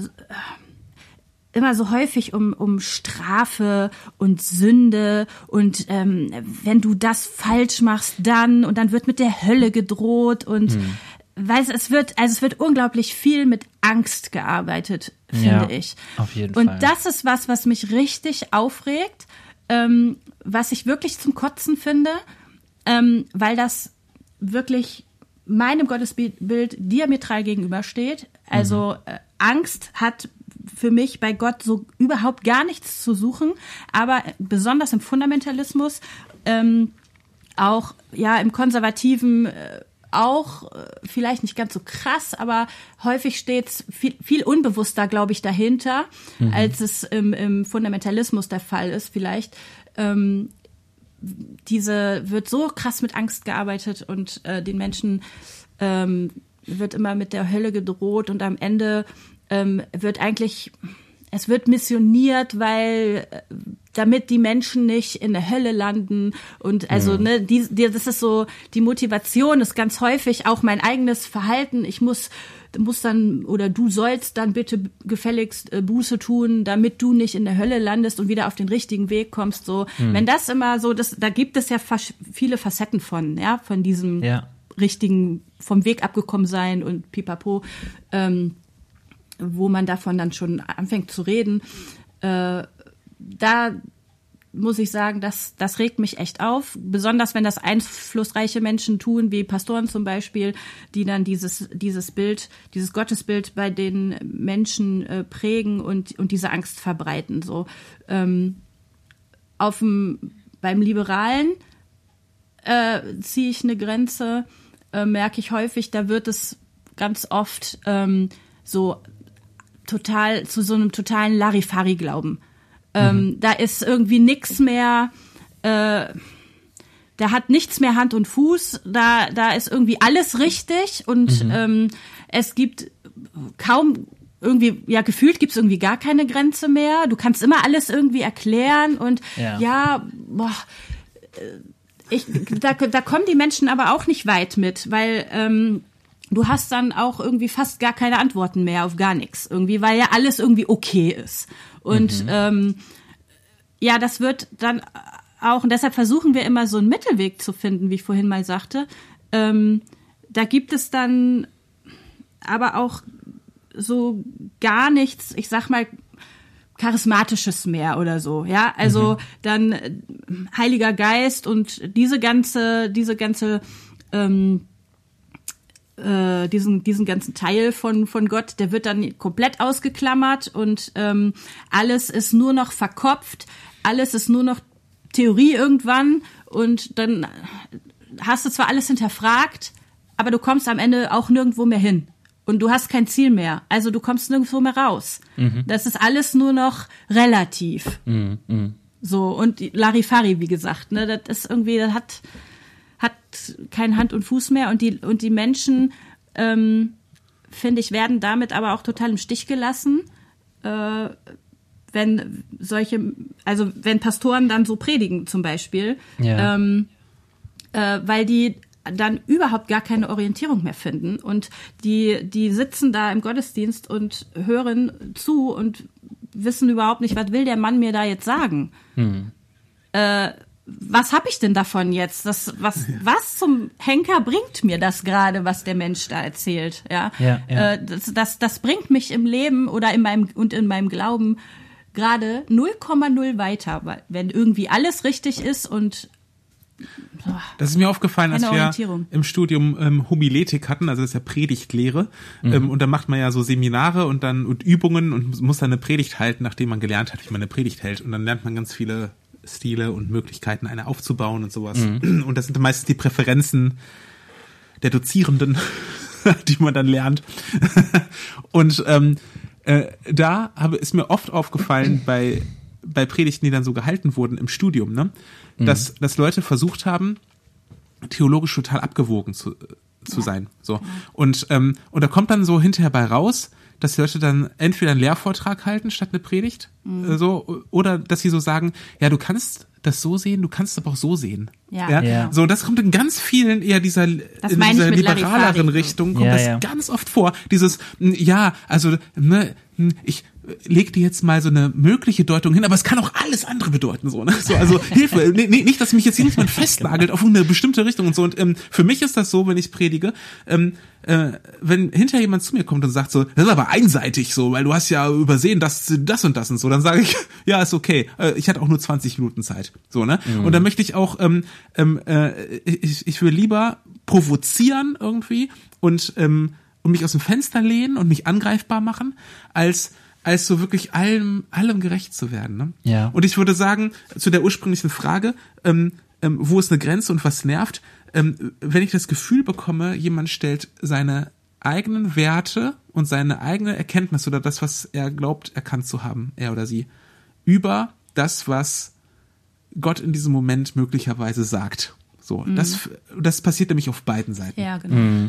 so häufig um Strafe und Sünde und wenn du das falsch machst, dann wird mit der Hölle gedroht und es wird unglaublich viel mit Angst gearbeitet, finde ich. Auf jeden Fall. Und das ist was mich richtig aufregt, was ich wirklich zum Kotzen finde, weil das wirklich meinem Gottesbild diametral gegenübersteht. Also Angst hat für mich bei Gott so überhaupt gar nichts zu suchen, aber besonders im Fundamentalismus, auch ja im Konservativen auch vielleicht nicht ganz so krass, aber häufig steht's viel unbewusster, glaube ich, dahinter, als es im Fundamentalismus der Fall ist vielleicht. Wird so krass mit Angst gearbeitet und den Menschen wird immer mit der Hölle gedroht und am Ende es wird missioniert, damit die Menschen nicht in der Hölle landen und also das ist so, die Motivation ist ganz häufig auch mein eigenes Verhalten. Ich muss dann oder du sollst dann bitte gefälligst Buße tun, damit du nicht in der Hölle landest und wieder auf den richtigen Weg kommst. So, wenn das immer so, da gibt es ja viele Facetten von diesem richtigen, vom Weg abgekommen sein und pipapo, wo man davon dann schon anfängt zu reden. Da muss ich sagen, das regt mich echt auf. Besonders wenn das einflussreiche Menschen tun, wie Pastoren zum Beispiel, die dann dieses Gottesbild bei den Menschen prägen und diese Angst verbreiten. So beim Liberalen ziehe ich eine Grenze, merke ich häufig, da wird es ganz oft so total zu so einem totalen Larifari-Glauben. Da ist irgendwie nichts mehr, da hat nichts mehr Hand und Fuß, da ist irgendwie alles richtig und es gibt kaum irgendwie, gefühlt gibt's irgendwie gar keine Grenze mehr. Du kannst immer alles irgendwie erklären und da kommen die Menschen aber auch nicht weit mit, weil du hast dann auch irgendwie fast gar keine Antworten mehr auf gar nichts irgendwie, weil ja alles irgendwie okay ist. Und das wird dann auch, und deshalb versuchen wir immer so einen Mittelweg zu finden, wie ich vorhin mal sagte. Da gibt es dann aber auch so gar nichts, ich sag mal, Charismatisches mehr oder so, ja, also dann Heiliger Geist und diesen ganzen Teil von Gott, der wird dann komplett ausgeklammert und alles ist nur noch verkopft, alles ist nur noch Theorie irgendwann und dann hast du zwar alles hinterfragt, aber du kommst am Ende auch nirgendwo mehr hin und du hast kein Ziel mehr, also du kommst nirgendwo mehr raus. Das ist alles nur noch relativ. So, und Larifari, wie gesagt, ne, das ist irgendwie, das hat kein Hand und Fuß mehr und die Menschen, finde ich, werden damit aber auch total im Stich gelassen, wenn Pastoren dann so predigen zum Beispiel, weil die dann überhaupt gar keine Orientierung mehr finden und die sitzen da im Gottesdienst und hören zu und wissen überhaupt nicht, was will der Mann mir da jetzt sagen? Was habe ich denn davon jetzt? Was zum Henker bringt mir das gerade, was der Mensch da erzählt? Das bringt mich im Leben oder in meinem Glauben gerade 0,0 weiter, weil wenn irgendwie alles richtig ist und das ist mir aufgefallen, als wir im Studium Homiletik hatten, also das ist ja Predigtlehre. Und da macht man ja so Seminare und Übungen und muss dann eine Predigt halten, nachdem man gelernt hat, wie man eine Predigt hält. Und dann lernt man ganz viele Stile und Möglichkeiten, eine aufzubauen und sowas. Und das sind meistens die Präferenzen der Dozierenden, die man dann lernt. Und da ist mir oft aufgefallen bei Predigten, die dann so gehalten wurden im Studium, ne, dass Leute versucht haben, theologisch total abgewogen zu sein. So. Und da kommt dann so hinterher bei raus, dass die Leute dann entweder einen Lehrvortrag halten statt eine Predigt, so, oder dass sie so sagen, ja, du kannst das so sehen, du kannst es aber auch so sehen. Ja. So, das kommt in ganz vielen eher in dieser liberaleren Richtung, kommt das ganz oft vor. Dieses, ich leg dir jetzt mal so eine mögliche Deutung hin, aber es kann auch alles andere bedeuten, so, ne? So, also Hilfe, nicht, dass mich jetzt hier jemand festnagelt auf eine bestimmte Richtung und so. Und für mich ist das so, wenn ich predige, wenn hinterher jemand zu mir kommt und sagt so, das ist aber einseitig so, weil du hast ja übersehen, das und das und so, dann sage ich, ja, ist okay, ich hatte auch nur 20 Minuten Zeit, so, ne? Und dann möchte ich auch, ich will lieber provozieren irgendwie und mich aus dem Fenster lehnen und mich angreifbar machen, als so wirklich allem gerecht zu werden, ne? Ja. Und ich würde sagen, zu der ursprünglichen Frage, wo ist eine Grenze und was nervt, wenn ich das Gefühl bekomme, jemand stellt seine eigenen Werte und seine eigene Erkenntnis oder das, was er glaubt, erkannt zu haben, er oder sie, über das, was Gott in diesem Moment möglicherweise sagt. So, das passiert nämlich auf beiden Seiten. Ja, genau.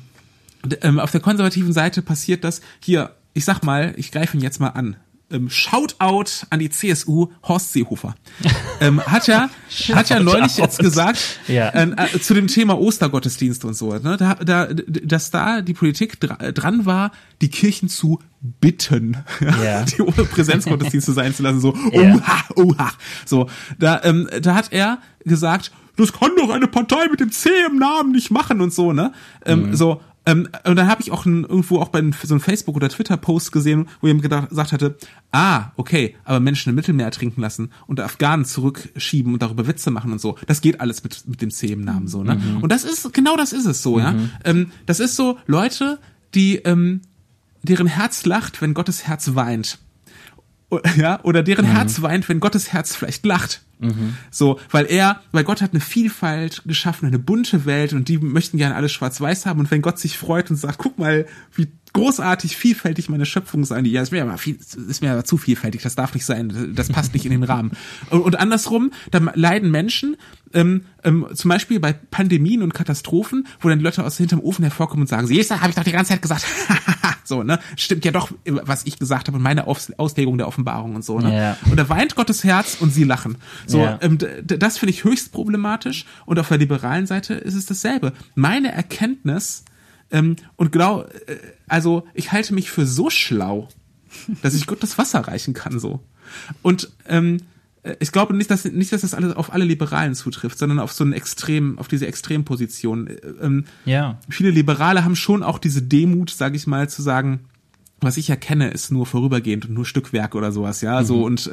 Auf der konservativen Seite passiert das hier, ich sag mal, ich greife ihn jetzt mal an. Shoutout an die CSU, Horst Seehofer. Hat ja neulich jetzt gesagt, zu dem Thema Ostergottesdienste und so, ne, dass da die Politik dran war, die Kirchen zu bitten, die Präsenzgottesdienste sein zu lassen, so, oha. So, da hat er gesagt, das kann doch eine Partei mit dem C im Namen nicht machen und so, ne, so. Und dann habe ich auch irgendwo auch bei so einem Facebook- oder Twitter-Post gesehen, wo jemand gesagt hatte, okay, aber Menschen im Mittelmeer ertrinken lassen und Afghanen zurückschieben und darüber Witze machen und so, das geht alles mit dem C im Namen so, ne? Und das ist es so, ja. Das ist so Leute, die deren Herz lacht, wenn Gottes Herz weint. Ja, oder deren Herz weint, wenn Gottes Herz vielleicht lacht. So, weil Gott hat eine Vielfalt geschaffen, eine bunte Welt und die möchten gerne alles schwarz-weiß haben und wenn Gott sich freut und sagt, guck mal, wie großartig vielfältig meine Schöpfung sein, ist mir aber zu vielfältig, das darf nicht sein, das passt nicht in den Rahmen. Und andersrum, da leiden Menschen, zum Beispiel bei Pandemien und Katastrophen, wo dann die Leute aus hinterm Ofen hervorkommen und sagen, siehst du, habe ich doch die ganze Zeit gesagt, so, ne, stimmt ja doch, was ich gesagt habe und meine Auslegung der Offenbarung und so, ne. Ja. Und da weint Gottes Herz und sie lachen. So, das finde ich höchst problematisch und auf der liberalen Seite ist es dasselbe. Meine Erkenntnis und genau, also ich halte mich für so schlau, dass ich Gott das Wasser reichen kann, so. Und ich glaube nicht, dass das alles auf alle Liberalen zutrifft, sondern auf so auf diese Extremposition. Viele Liberale haben schon auch diese Demut, sage ich mal, zu sagen, was ich erkenne, ist nur vorübergehend und nur Stückwerk oder sowas, ja. So und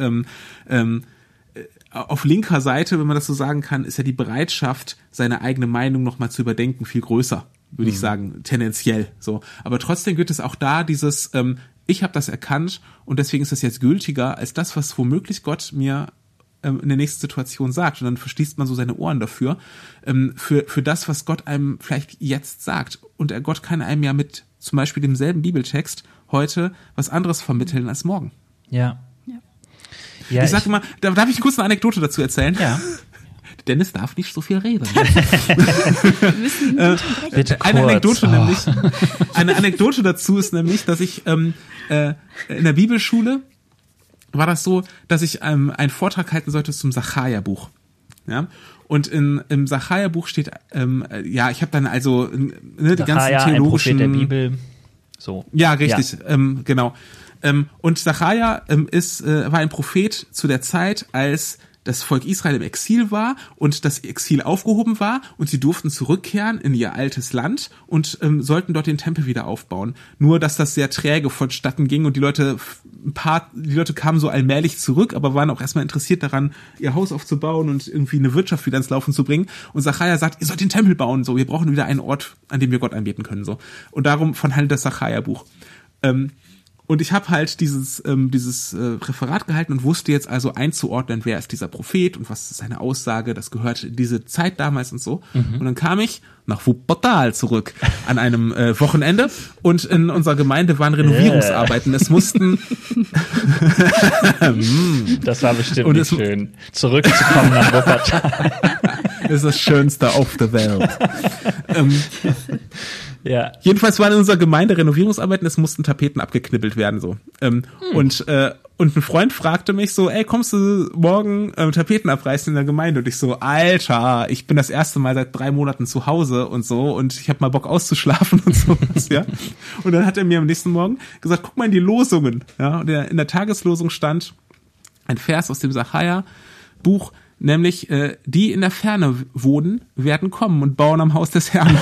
auf linker Seite, wenn man das so sagen kann, ist ja die Bereitschaft, seine eigene Meinung nochmal zu überdenken, viel größer, würde ich sagen, tendenziell. So, aber trotzdem gibt es auch da dieses, ich habe das erkannt und deswegen ist das jetzt gültiger als das, was womöglich Gott mir in der nächsten Situation sagt. Und dann verschließt man so seine Ohren dafür, für das, was Gott einem vielleicht jetzt sagt. Und Gott kann einem ja mit zum Beispiel demselben Bibeltext heute was anderes vermitteln als morgen. Ja, ich sag mal, darf ich kurz eine Anekdote dazu erzählen? Ja. Dennis darf nicht so viel reden. Bitte Eine kurz. Eine Anekdote dazu ist nämlich, dass ich in der Bibelschule war das so, dass ich einen Vortrag halten sollte zum Sacharja-Buch. Ja? Und im Sacharja-Buch steht, ich habe dann also die ganzen theologischen... ein Prophet der Bibel. So. Ja, richtig, genau. Und Sacharja war ein Prophet zu der Zeit, als das Volk Israel im Exil war und das Exil aufgehoben war und sie durften zurückkehren in ihr altes Land und sollten dort den Tempel wieder aufbauen. Nur, dass das sehr träge vonstatten ging und die Leute kamen so allmählich zurück, aber waren auch erstmal interessiert daran, ihr Haus aufzubauen und irgendwie eine Wirtschaft wieder ins Laufen zu bringen. Und Sacharja sagt, ihr sollt den Tempel bauen, so, wir brauchen wieder einen Ort, an dem wir Gott anbeten können, so. Und darum handelt das Sacharja-Buch. Und ich habe halt dieses Referat gehalten und wusste jetzt also einzuordnen, wer ist dieser Prophet und was ist seine Aussage, das gehört in diese Zeit damals und so. Und dann kam ich nach Wuppertal zurück an einem Wochenende und in unserer Gemeinde waren Renovierungsarbeiten. Es mussten... Das war bestimmt nicht schön, zurückzukommen nach Wuppertal. Das ist das Schönste auf der Welt. Ja. Jedenfalls waren in unserer Gemeinde Renovierungsarbeiten, es mussten Tapeten abgeknibbelt werden, so. Und ein Freund fragte mich so, ey, kommst du morgen Tapeten abreißen in der Gemeinde? Und ich so, Alter, ich bin das erste Mal seit 3 Monaten zu Hause und so und ich habe mal Bock auszuschlafen und sowas, ja. Und dann hat er mir am nächsten Morgen gesagt, guck mal in die Losungen, ja. Und in der Tageslosung stand ein Vers aus dem Sacharja-Buch, nämlich, die in der Ferne wohnen, werden kommen und bauen am Haus des Herrn.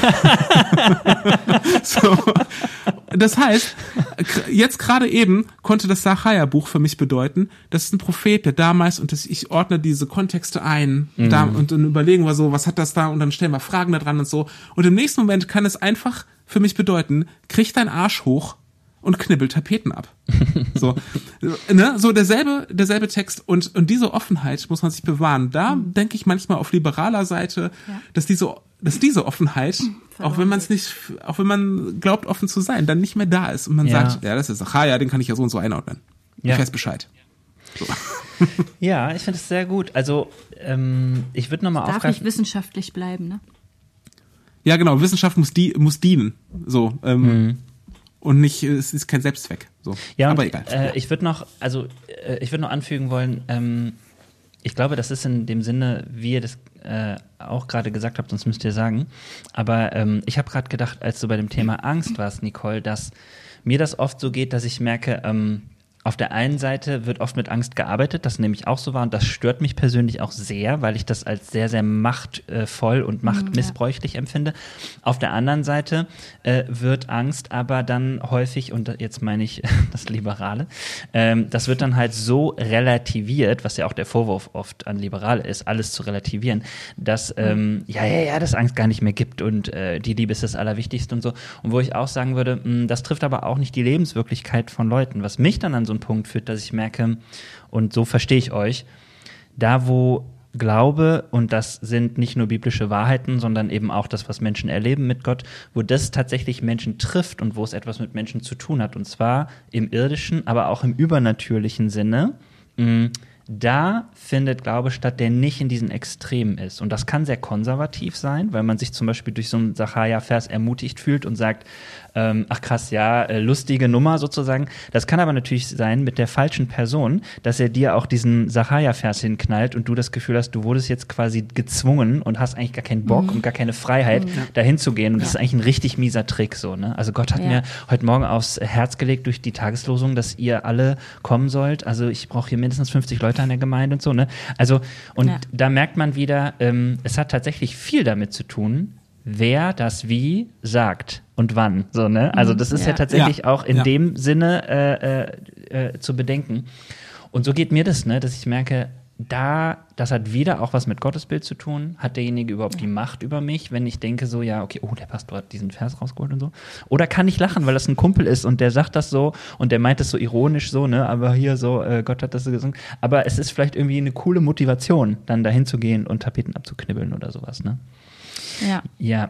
So. Das heißt, jetzt gerade eben konnte das Sacharja-Buch für mich bedeuten, das ist ein Prophet, der damals, und ich ordne diese Kontexte ein, da, und dann überlegen wir so, was hat das da, und dann stellen wir Fragen da dran und so. Und im nächsten Moment kann es einfach für mich bedeuten, krieg deinen Arsch hoch und knibbelt Tapeten ab. So, ne? So derselbe Text und diese Offenheit muss man sich bewahren. Da denke ich manchmal auf liberaler Seite, dass diese Offenheit, auch wenn man glaubt, offen zu sein, dann nicht mehr da ist und man sagt, ja, das ist Sacharja, den kann ich ja so und so einordnen. Ich weiß Bescheid. So. Ja, ich finde es sehr gut. Also, ich würde nochmal aufgreifen. Darf nicht wissenschaftlich bleiben, ne? Ja, genau. Wissenschaft muss dienen. So, und nicht, es ist kein Selbstzweck. So. Ja, aber egal. Ich würde noch anfügen wollen, ich glaube, das ist in dem Sinne, wie ihr das auch gerade gesagt habt, sonst müsst ihr sagen. Aber ich habe gerade gedacht, als du bei dem Thema Angst warst, Nicole, dass mir das oft so geht, dass ich merke, auf der einen Seite wird oft mit Angst gearbeitet, das nämlich auch so war und das stört mich persönlich auch sehr, weil ich das als sehr, sehr machtvoll und machtmissbräuchlich empfinde. Auf der anderen Seite wird Angst aber dann häufig, und jetzt meine ich das Liberale, das wird dann halt so relativiert, was ja auch der Vorwurf oft an Liberale ist, alles zu relativieren, dass dass Angst gar nicht mehr gibt und die Liebe ist das Allerwichtigste und so. Und wo ich auch sagen würde, das trifft aber auch nicht die Lebenswirklichkeit von Leuten, was mich dann an so einen Punkt führt, dass ich merke, und so verstehe ich euch, da wo Glaube, und das sind nicht nur biblische Wahrheiten, sondern eben auch das, was Menschen erleben mit Gott, wo das tatsächlich Menschen trifft und wo es etwas mit Menschen zu tun hat, und zwar im irdischen, aber auch im übernatürlichen Sinne, da findet Glaube statt, der nicht in diesen Extremen ist. Und das kann sehr konservativ sein, weil man sich zum Beispiel durch so einen Sacharja-Vers ermutigt fühlt und sagt, ach krass, ja, lustige Nummer sozusagen. Das kann aber natürlich sein mit der falschen Person, dass er dir auch diesen Sacharja-Vers hinknallt und du das Gefühl hast, du wurdest jetzt quasi gezwungen und hast eigentlich gar keinen Bock und gar keine Freiheit, dahin zu gehen. Und das ist eigentlich ein richtig mieser Trick so, ne? Also Gott hat mir heute Morgen aufs Herz gelegt durch die Tageslosung, dass ihr alle kommen sollt. Also ich brauche hier mindestens 50 Leute an der Gemeinde und so, ne? Also, und da merkt man wieder, es hat tatsächlich viel damit zu tun, wer das wie sagt und wann, so, ne? Also das ist ja tatsächlich auch in dem Sinne zu bedenken. Und so geht mir das, ne, dass ich merke, das hat wieder auch was mit Gottesbild zu tun. Hat derjenige überhaupt die Macht über mich, wenn ich denke so, ja, okay, der Pastor hat diesen Vers rausgeholt und so? Oder kann ich lachen, weil das ein Kumpel ist und der sagt das so und der meint das so ironisch so, ne, aber hier so, Gott hat das so gesungen. Aber es ist vielleicht irgendwie eine coole Motivation, dann dahin zu gehen und Tapeten abzuknibbeln oder sowas, ne? Ja.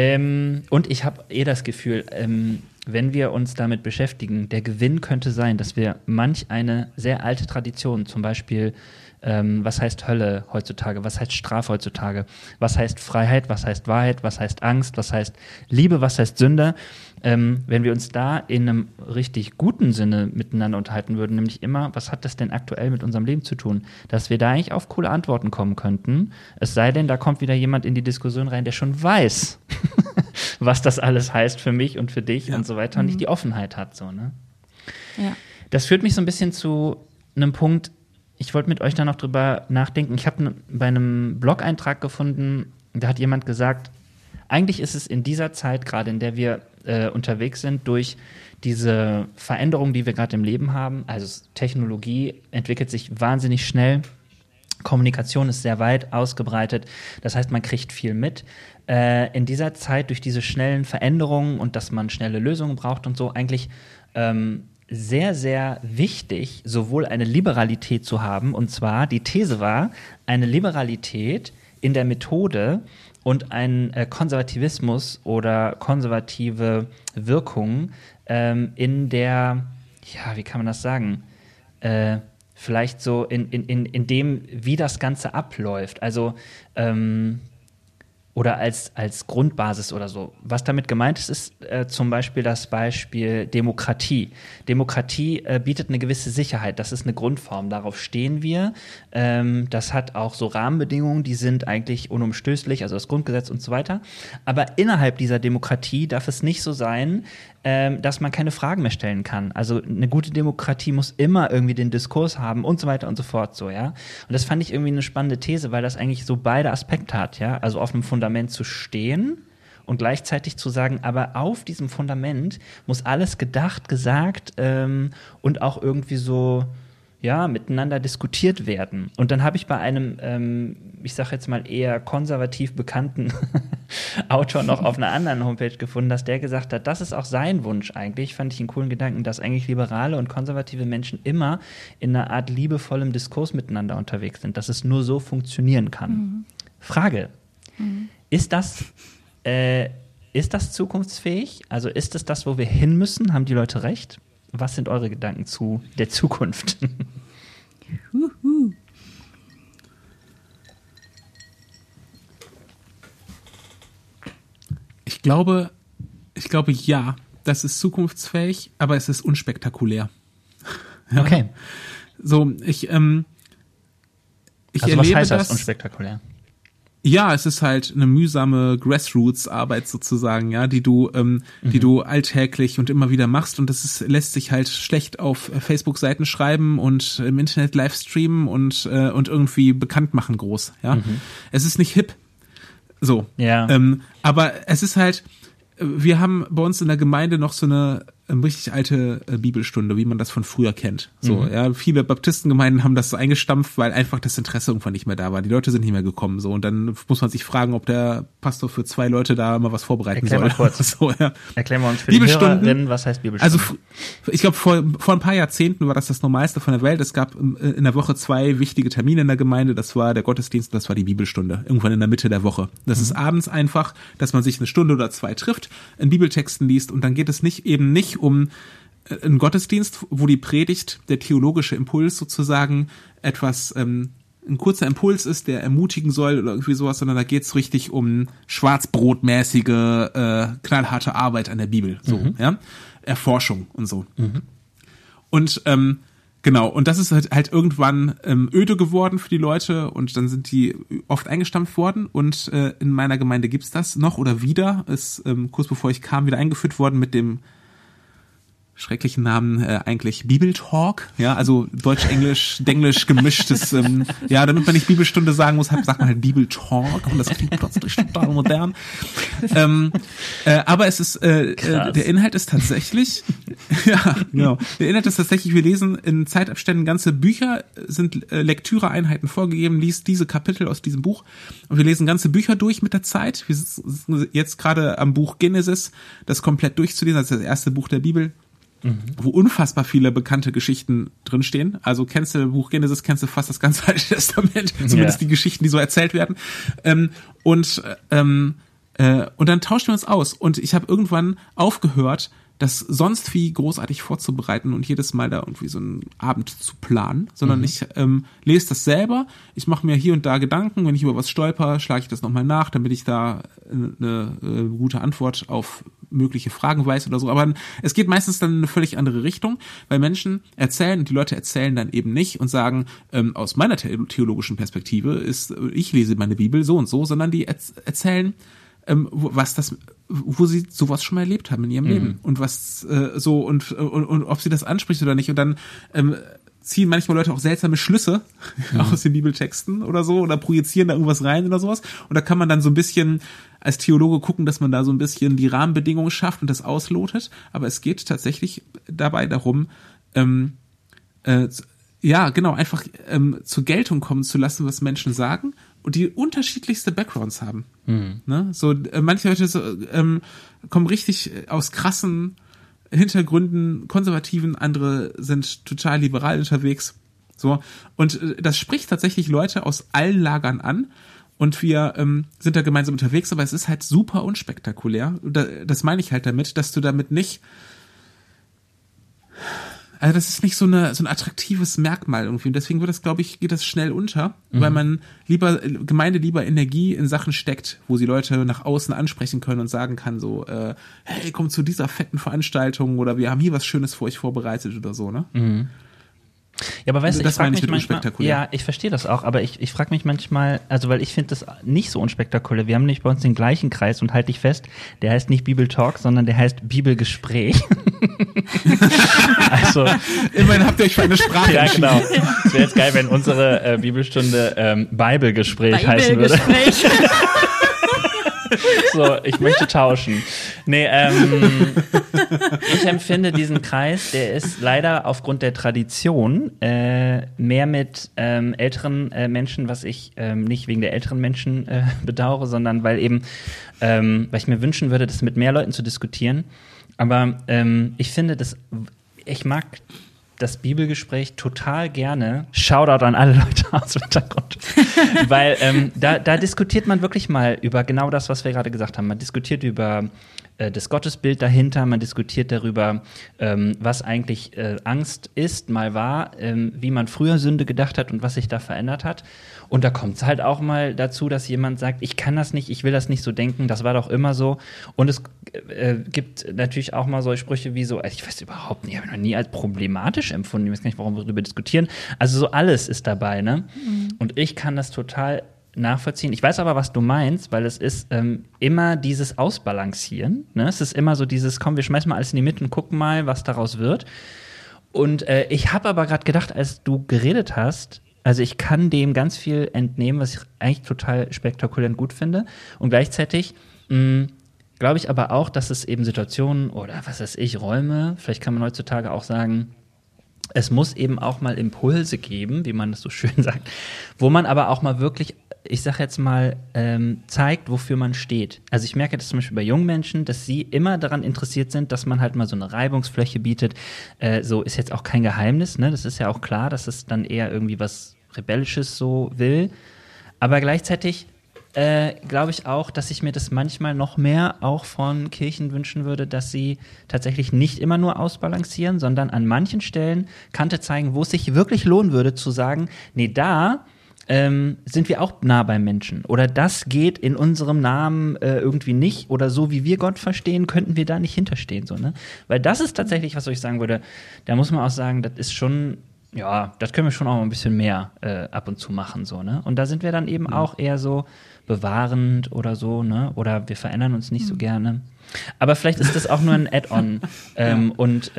Und ich habe das Gefühl, wenn wir uns damit beschäftigen, der Gewinn könnte sein, dass wir manch eine sehr alte Tradition, zum Beispiel, was heißt Hölle heutzutage, was heißt Strafe heutzutage, was heißt Freiheit, was heißt Wahrheit, was heißt Angst, was heißt Liebe, was heißt Sünde, wenn wir uns da in einem richtig guten Sinne miteinander unterhalten würden, nämlich immer, was hat das denn aktuell mit unserem Leben zu tun, dass wir da eigentlich auf coole Antworten kommen könnten, es sei denn, da kommt wieder jemand in die Diskussion rein, der schon weiß, was das alles heißt für mich und für dich und so weiter und nicht die Offenheit hat, so, ne? Ja. Das führt mich so ein bisschen zu einem Punkt, ich wollte mit euch da noch drüber nachdenken. Ich habe bei einem Blog-Eintrag gefunden, da hat jemand gesagt, eigentlich ist es in dieser Zeit, gerade in der wir unterwegs sind, durch diese Veränderungen, die wir gerade im Leben haben, also Technologie entwickelt sich wahnsinnig schnell, Kommunikation ist sehr weit ausgebreitet, das heißt, man kriegt viel mit. In dieser Zeit, durch diese schnellen Veränderungen und dass man schnelle Lösungen braucht und so, eigentlich sehr, sehr wichtig, sowohl eine Liberalität zu haben, und zwar, die These war, eine Liberalität in der Methode und ein Konservativismus oder konservative Wirkung in der, wie kann man das sagen, vielleicht so in dem, wie das Ganze abläuft, also oder als Grundbasis oder so. Was damit gemeint ist zum Beispiel das Beispiel Demokratie. Demokratie bietet eine gewisse Sicherheit, das ist eine Grundform, darauf stehen wir. Das hat auch so Rahmenbedingungen, die sind eigentlich unumstößlich, also das Grundgesetz und so weiter. Aber innerhalb dieser Demokratie darf es nicht so sein, dass man keine Fragen mehr stellen kann. Also eine gute Demokratie muss immer irgendwie den Diskurs haben und so weiter und so fort, so, ja. Und das fand ich irgendwie eine spannende These, weil das eigentlich so beide Aspekte hat, ja. Also auf einem Fundament zu stehen und gleichzeitig zu sagen, aber auf diesem Fundament muss alles gedacht, gesagt und auch irgendwie so, miteinander diskutiert werden. Und dann habe ich bei einem, ich sage jetzt mal eher konservativ bekannten Autor noch auf einer anderen Homepage gefunden, dass der gesagt hat, das ist auch sein Wunsch eigentlich, fand ich einen coolen Gedanken, dass eigentlich liberale und konservative Menschen immer in einer Art liebevollem Diskurs miteinander unterwegs sind, dass es nur so funktionieren kann. Frage, ist das zukunftsfähig? Also ist es das, wo wir hin müssen? Haben die Leute recht? Was sind eure Gedanken zu der Zukunft? Ich glaube, ja, das ist zukunftsfähig, aber es ist unspektakulär. Ja. Okay. So, ich Also was erlebe heißt das das unspektakulär? Ja, es ist halt eine mühsame Grassroots-Arbeit sozusagen, ja, die du alltäglich und immer wieder machst, und lässt sich halt schlecht auf Facebook-Seiten schreiben und im Internet livestreamen und irgendwie bekannt machen groß, ja. Es ist nicht hip, so. Ja. Aber es ist halt, wir haben bei uns in der Gemeinde noch so eine richtig alte Bibelstunde, wie man das von früher kennt. So, ja, viele Baptistengemeinden haben das so eingestampft, weil einfach das Interesse irgendwann nicht mehr da war. Die Leute sind nicht mehr gekommen, so. Und dann muss man sich fragen, ob der Pastor für 2 Leute da mal was vorbereiten soll. Erklär mal kurz. So, ja. Erklären wir uns für die Hörerinnen, was heißt Bibelstunde? Also, ich glaube, vor ein paar Jahrzehnten war das Normalste von der Welt. Es gab in der Woche 2 wichtige Termine in der Gemeinde. Das war der Gottesdienst und das war die Bibelstunde. Irgendwann in der Mitte der Woche. Das ist abends einfach, dass man sich eine Stunde oder 2 trifft, in Bibeltexten liest, und dann geht es nicht um ein Gottesdienst, wo die Predigt, der theologische Impuls sozusagen etwas, ein kurzer Impuls ist, der ermutigen soll oder irgendwie sowas, sondern da geht's richtig um schwarzbrotmäßige, knallharte Arbeit an der Bibel, so, ja, Erforschung und so. Und genau, und das ist halt irgendwann öde geworden für die Leute, und dann sind die oft eingestampft worden, und in meiner Gemeinde gibt's das noch oder wieder, ist kurz bevor ich kam wieder eingeführt worden mit dem schrecklichen Namen eigentlich Bibeltalk, ja, also Deutsch-Englisch, Denglisch gemischtes, ja, damit man nicht Bibelstunde sagen muss, sagt man halt Bibeltalk, und das klingt plötzlich total modern. Aber es ist, der Inhalt ist tatsächlich, ja, genau, der Inhalt ist tatsächlich, wir lesen in Zeitabständen ganze Bücher, sind Lektüreeinheiten vorgegeben, liest diese Kapitel aus diesem Buch, und wir lesen ganze Bücher durch mit der Zeit. Wir sind jetzt gerade am Buch Genesis, das komplett durchzulesen, das ist das erste Buch der Bibel, wo unfassbar viele bekannte Geschichten drinstehen. Also kennst du Buch Genesis, kennst du fast das ganze Alte Testament, zumindest die Geschichten, die so erzählt werden. Und dann tauschen wir uns aus. Und ich habe irgendwann aufgehört, das sonst wie großartig vorzubereiten und jedes Mal da irgendwie so einen Abend zu planen, sondern ich lese das selber. Ich mache mir hier und da Gedanken. Wenn ich über was stolper, schlage ich das nochmal nach, damit ich da eine gute Antwort auf mögliche Fragen weiß oder so. Aber es geht meistens dann in eine völlig andere Richtung, weil Menschen erzählen, und die Leute erzählen dann eben nicht und sagen, aus meiner theologischen Perspektive ich lese meine Bibel so und so, sondern die erzählen, wo sie sowas schon mal erlebt haben in ihrem Leben, und was und ob sie das anspricht oder nicht, und dann ziehen manchmal Leute auch seltsame Schlüsse aus den Bibeltexten oder so, oder projizieren da irgendwas rein oder sowas, und da kann man dann so ein bisschen als Theologe gucken, dass man da so ein bisschen die Rahmenbedingungen schafft und das auslotet, aber es geht tatsächlich dabei darum, ja, genau, einfach zur Geltung kommen zu lassen, was Menschen sagen, und die unterschiedlichste Backgrounds haben. Ne? So, manche Leute kommen richtig aus krassen Hintergründen, konservativen, andere sind total liberal unterwegs. So, und das spricht tatsächlich Leute aus allen Lagern an, und wir sind da gemeinsam unterwegs, aber es ist halt super unspektakulär. Das meine ich halt damit, dass du damit nicht, also das ist nicht so ein attraktives Merkmal irgendwie. Und deswegen wird das, glaube ich, geht das schnell unter, weil man Gemeinde lieber Energie in Sachen steckt, wo sie Leute nach außen ansprechen können und sagen kann so, hey, komm zu dieser fetten Veranstaltung, oder wir haben hier was Schönes für euch vorbereitet oder so, ne? Ja, aber weißt du, das meine ich mit unspektakulär. Ja, ich verstehe das auch, aber ich frage mich manchmal, also weil ich finde das nicht so unspektakulär. Wir haben nicht bei uns den gleichen Kreis, und halt dich fest, der heißt nicht Bibeltalk, sondern der heißt Bibelgespräch. Also immerhin habt ihr euch für eine Sprache entschieden. Ja, genau. Es wäre jetzt geil, wenn unsere Bibelstunde Bibelgespräch heißen würde. So, ich möchte tauschen. Nee, ich empfinde diesen Kreis, der ist leider aufgrund der Tradition mehr mit älteren Menschen, was ich nicht wegen der älteren Menschen bedauere, sondern weil ich mir wünschen würde, das mit mehr Leuten zu diskutieren. Aber ich finde, ich mag das Bibelgespräch total gerne. Shoutout an alle Leute aus dem Hintergrund. Weil da diskutiert man wirklich mal über genau das, was wir gerade gesagt haben. Man diskutiert über das Gottesbild dahinter, man diskutiert darüber, was eigentlich Angst ist, mal war, wie man früher Sünde gedacht hat und was sich da verändert hat. Und da kommt es halt auch mal dazu, dass jemand sagt, ich kann das nicht, ich will das nicht so denken, das war doch immer so. Und es gibt natürlich auch mal solche Sprüche wie so, ich weiß überhaupt nicht, ich habe noch nie als problematisch empfunden, ich weiß gar nicht, warum wir darüber diskutieren. Also so alles ist dabei, ne? Mhm. Und ich kann das total nachvollziehen. Ich weiß aber, was du meinst, weil es ist immer dieses Ausbalancieren. Ne? Es ist immer so dieses, komm, wir schmeißen mal alles in die Mitte und gucken mal, was daraus wird. Und ich habe aber gerade gedacht, als du geredet hast, also ich kann dem ganz viel entnehmen, was ich eigentlich total spektakulär und gut finde. Und gleichzeitig glaube ich aber auch, dass es eben Situationen oder was weiß ich, Räume, vielleicht kann man heutzutage auch sagen, es muss eben auch mal Impulse geben, wie man das so schön sagt, wo man aber auch mal wirklich, ich sag jetzt mal, zeigt, wofür man steht. Also ich merke das zum Beispiel bei jungen Menschen, dass sie immer daran interessiert sind, dass man halt mal so eine Reibungsfläche bietet. So ist jetzt auch kein Geheimnis, ne? Das ist ja auch klar, dass es dann eher irgendwie was Rebellisches so will. Aber gleichzeitig glaube ich auch, dass ich mir das manchmal noch mehr auch von Kirchen wünschen würde, dass sie tatsächlich nicht immer nur ausbalancieren, sondern an manchen Stellen Kante zeigen, wo es sich wirklich lohnen würde, zu sagen, nee, da sind wir auch nah beim Menschen. Oder das geht in unserem Namen irgendwie nicht. Oder so, wie wir Gott verstehen, könnten wir da nicht hinterstehen. So, ne? Weil das ist tatsächlich, was ich sagen würde, da muss man auch sagen, das ist schon, ja, das können wir schon auch ein bisschen mehr ab und zu machen. So, ne? Und da sind wir dann eben auch eher so bewahrend oder so, ne? Oder wir verändern uns nicht so gerne. Aber vielleicht ist das auch nur ein Add-on. Und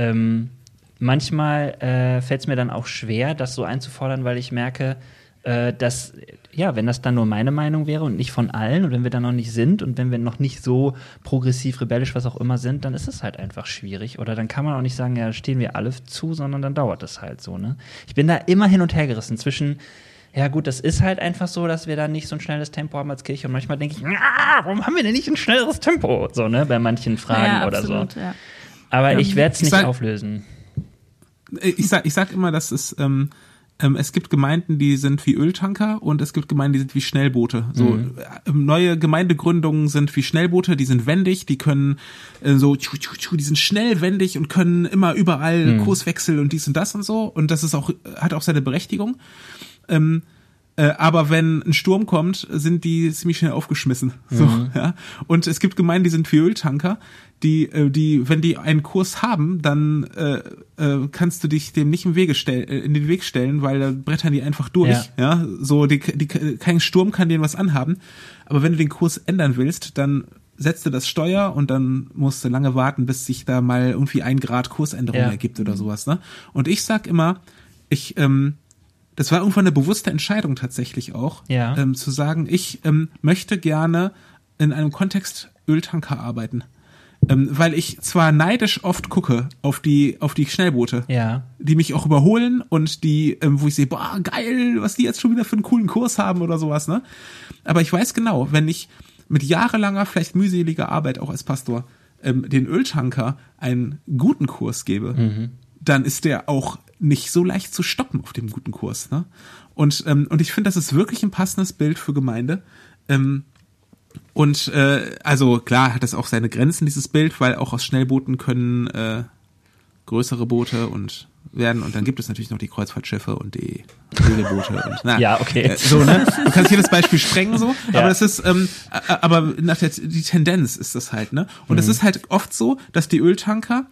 manchmal fällt es mir dann auch schwer, das so einzufordern, weil ich merke, dass, ja, wenn das dann nur meine Meinung wäre und nicht von allen und wenn wir dann noch nicht sind und wenn wir noch nicht so progressiv, rebellisch, was auch immer sind, dann ist es halt einfach schwierig. Oder dann kann man auch nicht sagen, ja, stehen wir alle zu, sondern dann dauert das halt so, ne? Ich bin da immer hin und her gerissen zwischen, ja gut, das ist halt einfach so, dass wir da nicht so ein schnelles Tempo haben als Kirche und manchmal denke ich, warum haben wir denn nicht ein schnelleres Tempo? So, ne, bei manchen Fragen oder absolut, so. Ja. Aber ich werde es nicht auflösen. Ich sag immer, dass es gibt Gemeinden, die sind wie Öltanker und es gibt Gemeinden, die sind wie Schnellboote. So neue Gemeindegründungen sind wie Schnellboote, die sind wendig, die können die sind schnell wendig und können immer überall Kurswechsel und dies und das und so. Und das ist auch, hat auch seine Berechtigung. Aber wenn ein Sturm kommt, sind die ziemlich schnell aufgeschmissen. So, ja. Und es gibt Gemeinden, die sind wie Öltanker, die, wenn die einen Kurs haben, dann kannst du dich dem nicht in den Weg stellen, weil da brettern die einfach durch. Ja. So, kein Sturm kann denen was anhaben. Aber wenn du den Kurs ändern willst, dann setzt du das Steuer und dann musst du lange warten, bis sich da mal irgendwie 1 Grad Kursänderung ergibt oder sowas. Ne? Und ich sag immer, das war irgendwann eine bewusste Entscheidung tatsächlich auch, zu sagen, ich möchte gerne in einem Kontext Öltanker arbeiten. Weil ich zwar neidisch oft gucke auf die Schnellboote, die mich auch überholen und die, wo ich sehe, boah, geil, was die jetzt schon wieder für einen coolen Kurs haben oder sowas, ne? Aber ich weiß genau, wenn ich mit jahrelanger, vielleicht mühseliger Arbeit auch als Pastor den Öltanker einen guten Kurs gebe, dann ist der auch nicht so leicht zu stoppen auf dem guten Kurs, ne? Und ich finde, das ist wirklich ein passendes Bild für Gemeinde. Also klar hat das auch seine Grenzen, dieses Bild, weil auch aus Schnellbooten können größere Boote und dann gibt es natürlich noch die Kreuzfahrtschiffe und die Segelboote und ja, okay. So, ne? Du kannst jedes Beispiel sprengen so, aber das ist aber die Tendenz ist das halt, ne? Und es ist halt oft so, dass die Öltanker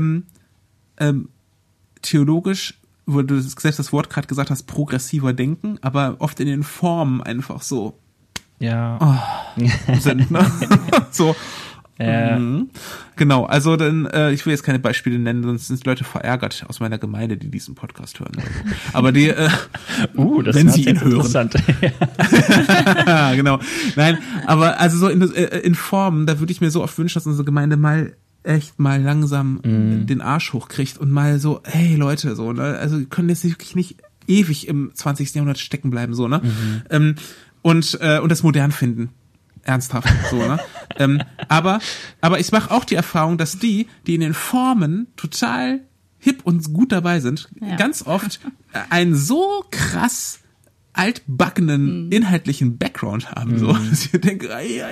theologisch, wo du selbst das Wort gerade gesagt hast, progressiver denken, aber oft in den Formen einfach so sind, ne? So. Genau, also dann, ich will jetzt keine Beispiele nennen, sonst sind Leute verärgert aus meiner Gemeinde, die diesen Podcast hören. Aber die, das wenn sie ihn hören. Interessant. Genau. Nein, aber also so in Formen, da würde ich mir so oft wünschen, dass unsere Gemeinde mal echt mal langsam den Arsch hochkriegt und mal so, hey Leute, so, ne, also wir können jetzt wirklich nicht ewig im 20. Jahrhundert stecken bleiben, so, ne, und das modern finden. Ernsthaft, so, ne? Aber ich mache auch die Erfahrung, dass die in den Formen total hip und gut dabei sind, ganz oft einen so krass altbackenen inhaltlichen Background haben, so, dass ich denke,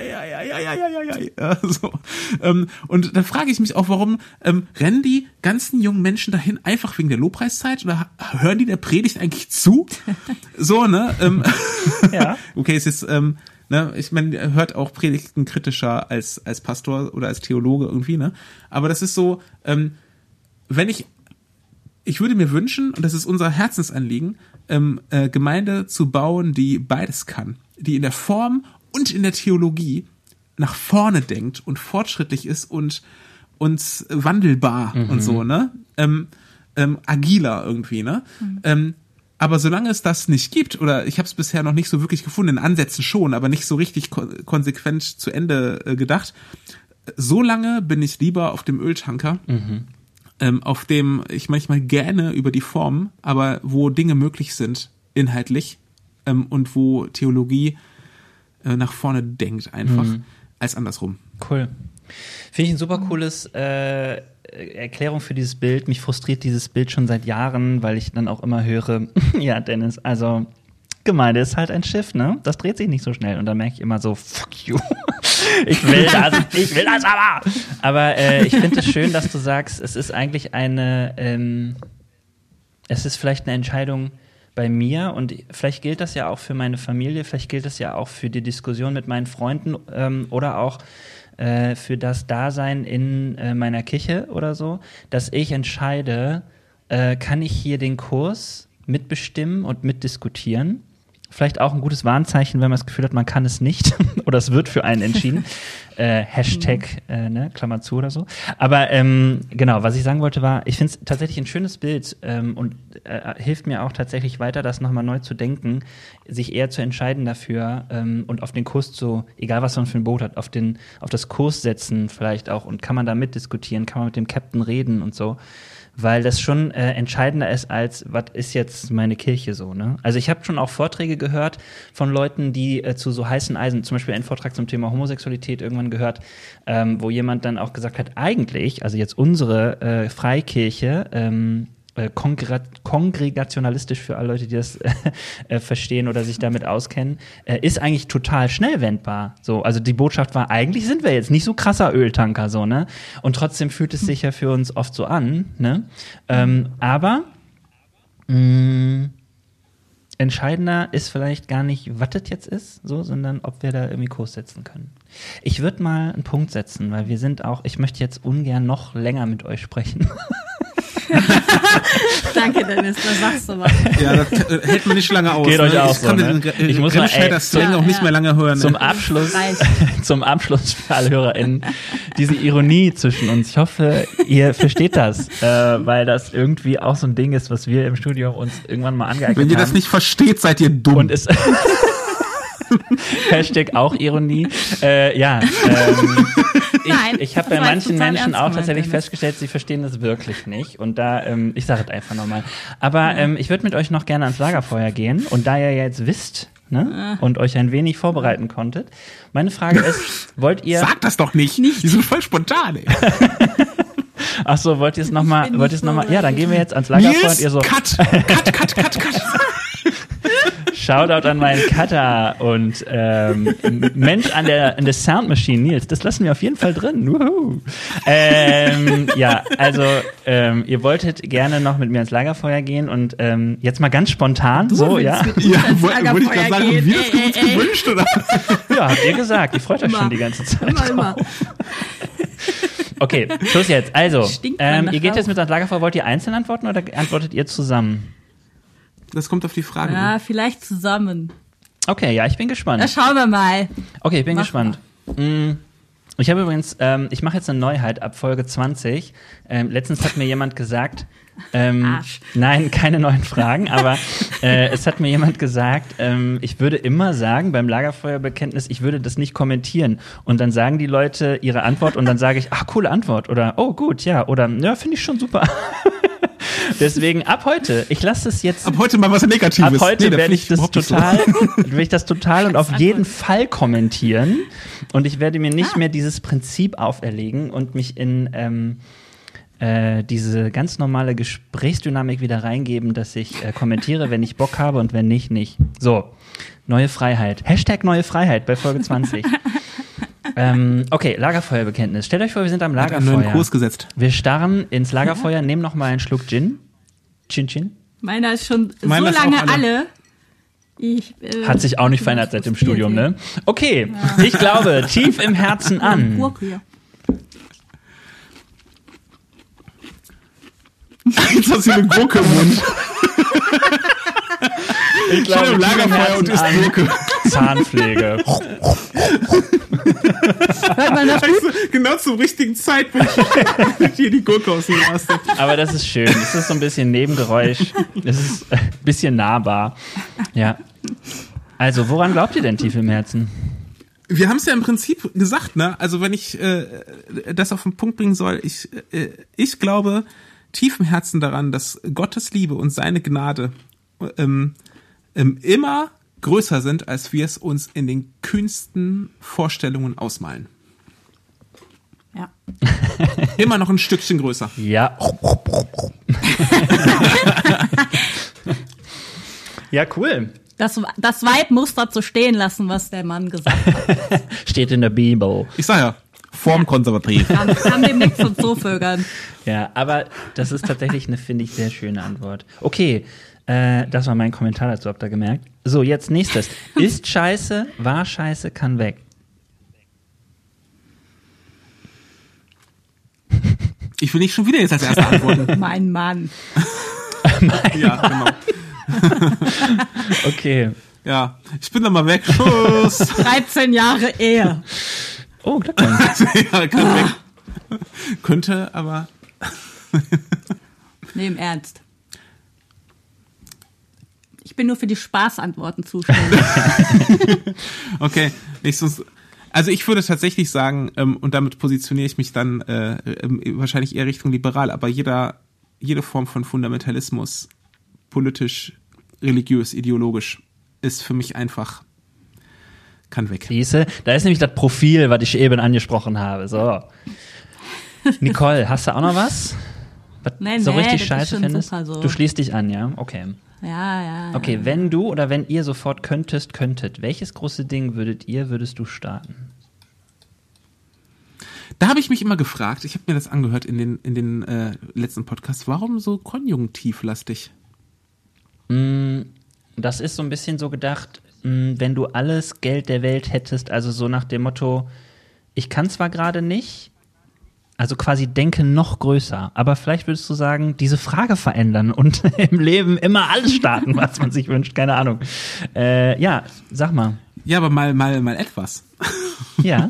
so. Und dann frage ich mich auch, warum rennen die ganzen jungen Menschen dahin einfach wegen der Lobpreiszeit oder hören die der Predigt eigentlich zu? So, ne? Ja. Okay, es ist ne, ich meine, er hört auch Predigten kritischer als Pastor oder als Theologe irgendwie, ne? Aber das ist so, wenn ich würde mir wünschen, und das ist unser Herzensanliegen, Gemeinde zu bauen, die beides kann, die in der Form und in der Theologie nach vorne denkt und fortschrittlich ist und wandelbar und so, ne? Agiler irgendwie, ne? Aber solange es das nicht gibt, oder ich habe es bisher noch nicht so wirklich gefunden, in Ansätzen schon, aber nicht so richtig konsequent zu Ende gedacht, so lange bin ich lieber auf dem Öltanker, auf dem ich manchmal gerne über die Form, aber wo Dinge möglich sind, inhaltlich, und wo Theologie nach vorne denkt einfach, als andersrum. Cool. Finde ich ein super cooles Erklärung für dieses Bild. Mich frustriert dieses Bild schon seit Jahren, weil ich dann auch immer höre, ja, Dennis, also Gemeinde ist halt ein Schiff, ne? Das dreht sich nicht so schnell. Und dann merke ich immer so, fuck you. Ich will das aber. Aber ich finde es schön, dass du sagst, es ist eigentlich es ist vielleicht eine Entscheidung bei mir und vielleicht gilt das ja auch für meine Familie, vielleicht gilt das ja auch für die Diskussion mit meinen Freunden oder auch für das Dasein in meiner Kirche oder so, dass ich entscheide, kann ich hier den Kurs mitbestimmen und mitdiskutieren. Vielleicht auch ein gutes Warnzeichen, wenn man das Gefühl hat, man kann es nicht oder es wird für einen entschieden. Hashtag, ne, Klammer zu oder so. Aber genau, was ich sagen wollte war, ich finde es tatsächlich ein schönes Bild und hilft mir auch tatsächlich weiter, das nochmal neu zu denken, sich eher zu entscheiden dafür und auf den Kurs zu, egal was man für ein Boot hat, auf das Kurs setzen vielleicht auch und kann man da mitdiskutieren, kann man mit dem Captain reden und so. Weil das schon entscheidender ist als, was ist jetzt meine Kirche so, ne? Also ich habe schon auch Vorträge gehört von Leuten, die zu so heißen Eisen, zum Beispiel einen Vortrag zum Thema Homosexualität irgendwann gehört, wo jemand dann auch gesagt hat, eigentlich, also jetzt unsere Freikirche, kongregationalistisch für alle Leute, die das verstehen oder sich damit auskennen, ist eigentlich total schnell wendbar. So, also die Botschaft war, eigentlich sind wir jetzt nicht so krasser Öltanker, so, ne? Und trotzdem fühlt es sich ja für uns oft so an, ne? Aber entscheidender ist vielleicht gar nicht, was das jetzt ist, so, sondern ob wir da irgendwie Kurs setzen können. Ich würde mal einen Punkt setzen, weil wir sind auch, ich möchte jetzt ungern noch länger mit euch sprechen. Danke, Dennis, das sagst du mal. Ja, das hält man nicht lange aus. Geht euch auch ich so, kann ne? den Ich muss mal, Slang auch nicht mehr lange hören. Zum Abschluss für alle HörerInnen, diese Ironie zwischen uns. Ich hoffe, ihr versteht das, weil das irgendwie auch so ein Ding ist, was wir im Studium uns irgendwann mal angeeignet haben. Wenn ihr das nicht versteht, seid ihr dumm. Und es Hashtag auch Ironie. Ich habe bei manchen Menschen auch tatsächlich festgestellt, sie verstehen das wirklich nicht. Und da, ich sage es einfach nochmal. Aber ich würde mit euch noch gerne ans Lagerfeuer gehen. Und da ihr jetzt wisst, ne, und euch ein wenig vorbereiten konntet, meine Frage ist, wollt ihr... Sag das doch nicht. Die sind voll spontan, ey. Ach so, wollt ihr es nochmal? Ja, dann gehen wir jetzt ans Lagerfeuer und ihr so... Cut. Shoutout an meinen Cutter und Mensch an der Sound Machine, Nils, das lassen wir auf jeden Fall drin. Ja, also ihr wolltet gerne noch mit mir ans Lagerfeuer gehen und jetzt mal ganz spontan, so, ja? Ja, wollte ich gerade sagen, haben wir das uns gewünscht, oder? Ja, habt ihr gesagt, ihr freut euch schon die ganze Zeit. Immer. Okay, Schluss jetzt. Also, ihr geht jetzt mit ans Lagerfeuer, wollt ihr einzeln antworten oder antwortet ihr zusammen? Das kommt auf die Frage. Ja, vielleicht zusammen. Okay, ja, ich bin gespannt. Na, schauen wir mal. Okay, ich bin gespannt. Ich habe übrigens, ich mache jetzt eine Neuheit ab Folge 20. Letztens hat mir jemand gesagt, nein, keine neuen Fragen, aber es hat mir jemand gesagt, ich würde immer sagen, beim Lagerfeuerbekenntnis, ich würde das nicht kommentieren. Und dann sagen die Leute ihre Antwort und dann sage ich, ach, coole Antwort oder oh, gut, ja, oder ja, finde ich schon super. Deswegen ab heute, ich lasse es jetzt. Ab heute mal was Negatives. Ab heute werde ich das total und auf jeden Fall kommentieren. Und ich werde mir nicht mehr dieses Prinzip auferlegen und mich in diese ganz normale Gesprächsdynamik wieder reingeben, dass ich kommentiere, wenn ich Bock habe und wenn nicht, nicht. So, neue Freiheit. Hashtag neue Freiheit bei Folge 20. Okay, Lagerfeuerbekenntnis. Stellt euch vor, wir sind am Lagerfeuer. Hat einen neuen Kurs gesetzt. Wir starren ins Lagerfeuer, nehmen noch mal einen Schluck Gin. Chin. Meiner ist schon Meiner so ist lange auch alle. Hat sich auch nicht verändert seit dem Studium, ne? Okay, ich glaube, tief im Herzen an. Jetzt hast du eine Gurke im Mund. Ich glaube, im Lagerfeuer und isst Gurke. Zahnpflege. Hört man das gut? Genau zum richtigen Zeitpunkt hier die Gurke aus dem Raster. Aber das ist schön. Das ist so ein bisschen Nebengeräusch. Das ist ein bisschen nahbar. Ja. Also, woran glaubt ihr denn tief im Herzen? Wir haben es ja im Prinzip gesagt, ne? Also, wenn ich das auf den Punkt bringen soll, ich glaube tief im Herzen daran, dass Gottes Liebe und seine Gnade immer größer sind, als wir es uns in den kühnsten Vorstellungen ausmalen. Ja. Immer noch ein Stückchen größer. Ja. Ja, cool. Das Weib muss dazu stehen lassen, was der Mann gesagt hat. Steht in der Bibel. Ich sag ja, formkonservativ. Kann dem nichts und so vögern. Ja, aber das ist tatsächlich eine, finde ich, sehr schöne Antwort. Okay, das war mein Kommentar dazu, habt ihr gemerkt. So, jetzt nächstes. Ist scheiße, war scheiße, kann weg. Ich will nicht schon wieder jetzt als Erster antworten. Mein Mann. Ja, genau. Okay. Ja, ich bin da mal weg. Tschüss. 13 Jahre Ehe. Oh, Glückwunsch. Ja, kann weg. Könnte, aber... Nee, im Ernst. Ich bin nur für die Spaßantworten zuständig. Okay, also ich würde tatsächlich sagen, und damit positioniere ich mich dann wahrscheinlich eher Richtung liberal, aber jede Form von Fundamentalismus, politisch, religiös, ideologisch, ist für mich einfach, kann weg. Siehste, da ist nämlich das Profil, was ich eben angesprochen habe. So. Nicole, hast du auch noch was? Was so richtig scheiße findest? So. Du schließt dich an, ja? Okay. Ja. Okay, wenn du oder wenn ihr sofort könntet, welches große Ding würdest du starten? Da habe ich mich immer gefragt, ich habe mir das angehört in den letzten Podcasts, warum so konjunktivlastig? Das ist so ein bisschen so gedacht, wenn du alles Geld der Welt hättest, also so nach dem Motto, ich kann zwar gerade nicht, also quasi denke noch größer, aber vielleicht würdest du sagen, diese Frage verändern und im Leben immer alles starten, was man sich wünscht, keine Ahnung. Ja, sag mal. Ja, aber mal etwas. Ja.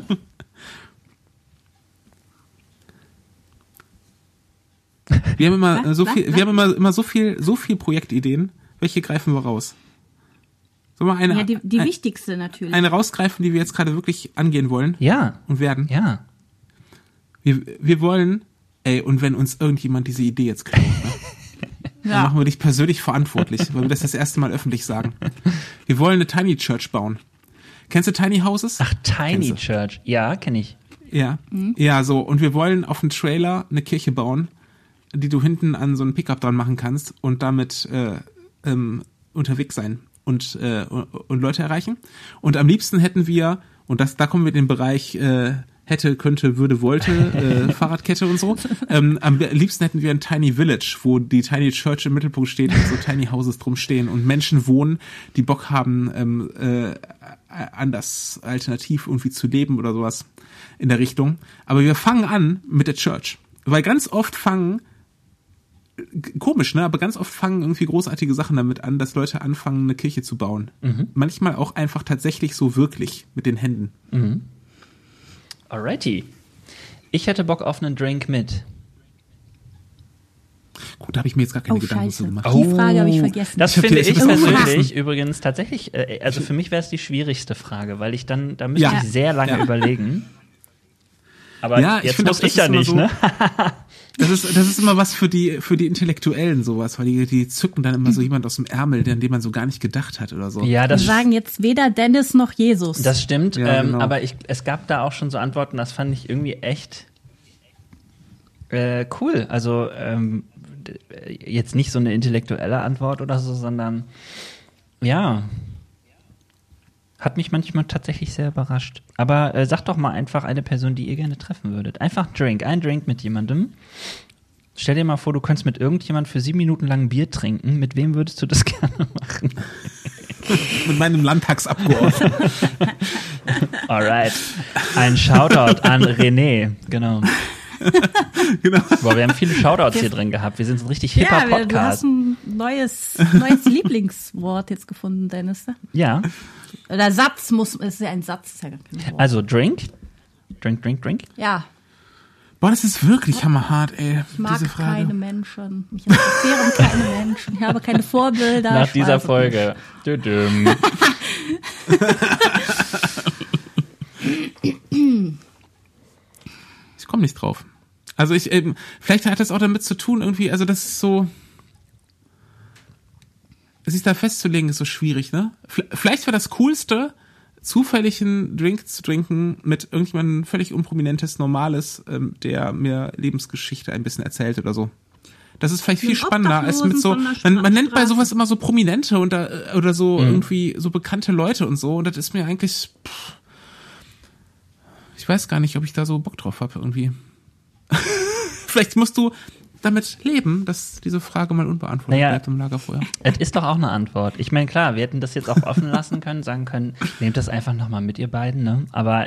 Wir haben immer so viel Projektideen. Welche greifen wir raus? Sollen wir eine, die wichtigste natürlich. Eine rausgreifen, die wir jetzt gerade wirklich angehen wollen? Ja. Und werden? Ja. Wir wollen, und wenn uns irgendjemand diese Idee jetzt klaut, ne? Dann machen wir dich persönlich verantwortlich, weil wir das erste Mal öffentlich sagen. Wir wollen eine Tiny Church bauen. Kennst du Tiny Houses? Ach, Tiny Church. Ja, kenne ich. Ja. Ja, so. Und wir wollen auf dem Trailer eine Kirche bauen, die du hinten an so einen Pickup dran machen kannst und damit unterwegs sein und Leute erreichen. Und am liebsten hätten wir, und da kommen wir in den Bereich hätte, könnte, würde, wollte, Fahrradkette und so. Am liebsten hätten wir ein Tiny Village, wo die Tiny Church im Mittelpunkt steht und so Tiny Houses drum stehen und Menschen wohnen, die Bock haben, anders alternativ irgendwie zu leben oder sowas in der Richtung. Aber wir fangen an mit der Church. Weil ganz oft komisch, ne? Aber ganz oft fangen irgendwie großartige Sachen damit an, dass Leute anfangen, eine Kirche zu bauen. Mhm. Manchmal auch einfach tatsächlich so wirklich mit den Händen. Mhm. Alrighty. Ich hätte Bock auf einen Drink mit. Gut, da habe ich mir jetzt gar keine Gedanken zu gemacht. Die Frage habe ich vergessen. Das Ich hab finde die ich echt vergessen. persönlich übrigens tatsächlich, also für mich wäre es die schwierigste Frage, weil ich dann, da müsste Ja. ich sehr lange Ja. überlegen. Aber Ja, ich jetzt finde, muss das ich ja ist immer nicht, so- ne? Das ist immer was für die Intellektuellen sowas, weil die zücken dann immer so jemand aus dem Ärmel, an den man so gar nicht gedacht hat oder so. Ja, Wir das sagen jetzt weder Dennis noch Jesus. Das stimmt, Ja, genau. aber es gab da auch schon so Antworten, das fand ich irgendwie echt cool. Also jetzt nicht so eine intellektuelle Antwort oder so, sondern ja, hat mich manchmal tatsächlich sehr überrascht. Aber sag doch mal einfach eine Person, die ihr gerne treffen würdet. Einfach ein Drink mit jemandem. Stell dir mal vor, du könntest mit irgendjemand für 7 Minuten lang Bier trinken. Mit wem würdest du das gerne machen? Mit meinem Landtagsabgeordneten. Alright. Ein Shoutout an René. Genau. Genau. Boah, wir haben viele Shoutouts hier drin gehabt. Wir sind so ein richtig hipper ja, du hast Podcast. ein neues Lieblingswort jetzt gefunden, Dennis. Ja. Oder Satz ist ja ein Satz, ist ja gar kein Wort. Also Drink. Drink. Ja, Boah, das ist wirklich hammerhart, ey. ich mag diese Frage. keine Menschen. Mich interessieren keine Menschen. Ich habe keine Vorbilder. Nach Ich dieser weiß es Folge. Düdüm. Ich komme nicht drauf. Also vielleicht hat das auch damit zu tun, irgendwie, also das ist so, sich da festzulegen, ist so schwierig, ne? Vielleicht wäre das Coolste, zufällig einen Drink zu trinken mit irgendjemandem völlig unprominentes, Normales, der mir Lebensgeschichte ein bisschen erzählt oder so. Das ist vielleicht viel Einen spannender als mit so, Obdachlosen von der man nennt bei Straße. sowas immer so Prominente und oder so irgendwie so bekannte Leute und so und das ist mir eigentlich, ich weiß gar nicht, ob ich da so Bock drauf habe irgendwie. Vielleicht musst du damit leben, dass diese Frage mal unbeantwortet bleibt im Lagerfeuer. Es ist doch auch eine Antwort. Ich meine, klar, wir hätten das jetzt auch offen lassen können, sagen können, nehmt das einfach nochmal mit, ihr beiden, ne? Aber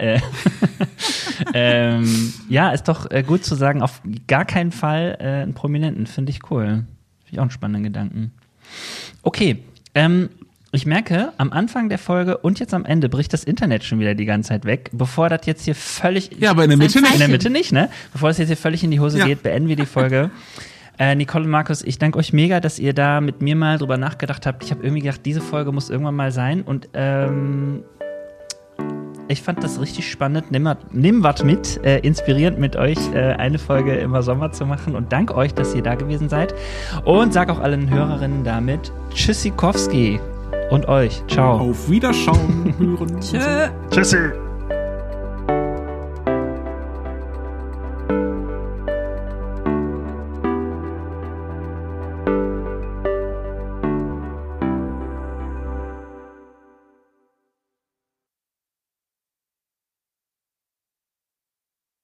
ja, ist doch gut zu sagen, auf gar keinen Fall einen Prominenten, finde ich cool. Finde ich auch einen spannenden Gedanken. Okay, ich merke, am Anfang der Folge und jetzt am Ende bricht das Internet schon wieder die ganze Zeit weg. Bevor das jetzt hier völlig... Ja, aber in der Mitte ein nicht. In der Mitte nicht, ne? Bevor es jetzt hier völlig in die Hose Ja. geht, beenden wir die Folge. Nicole und Markus, ich danke euch mega, dass ihr da mit mir mal drüber nachgedacht habt. Ich habe irgendwie gedacht, diese Folge muss irgendwann mal sein. Und ich fand das richtig spannend. Nimm was mit, inspirierend mit euch, eine Folge im Sommer zu machen. Und danke euch, dass ihr da gewesen seid. Und sag auch allen Hörerinnen damit Tschüssikowski. Und euch. Ciao. Auf Wiederschauen, hören. Tschö. Tschüssi.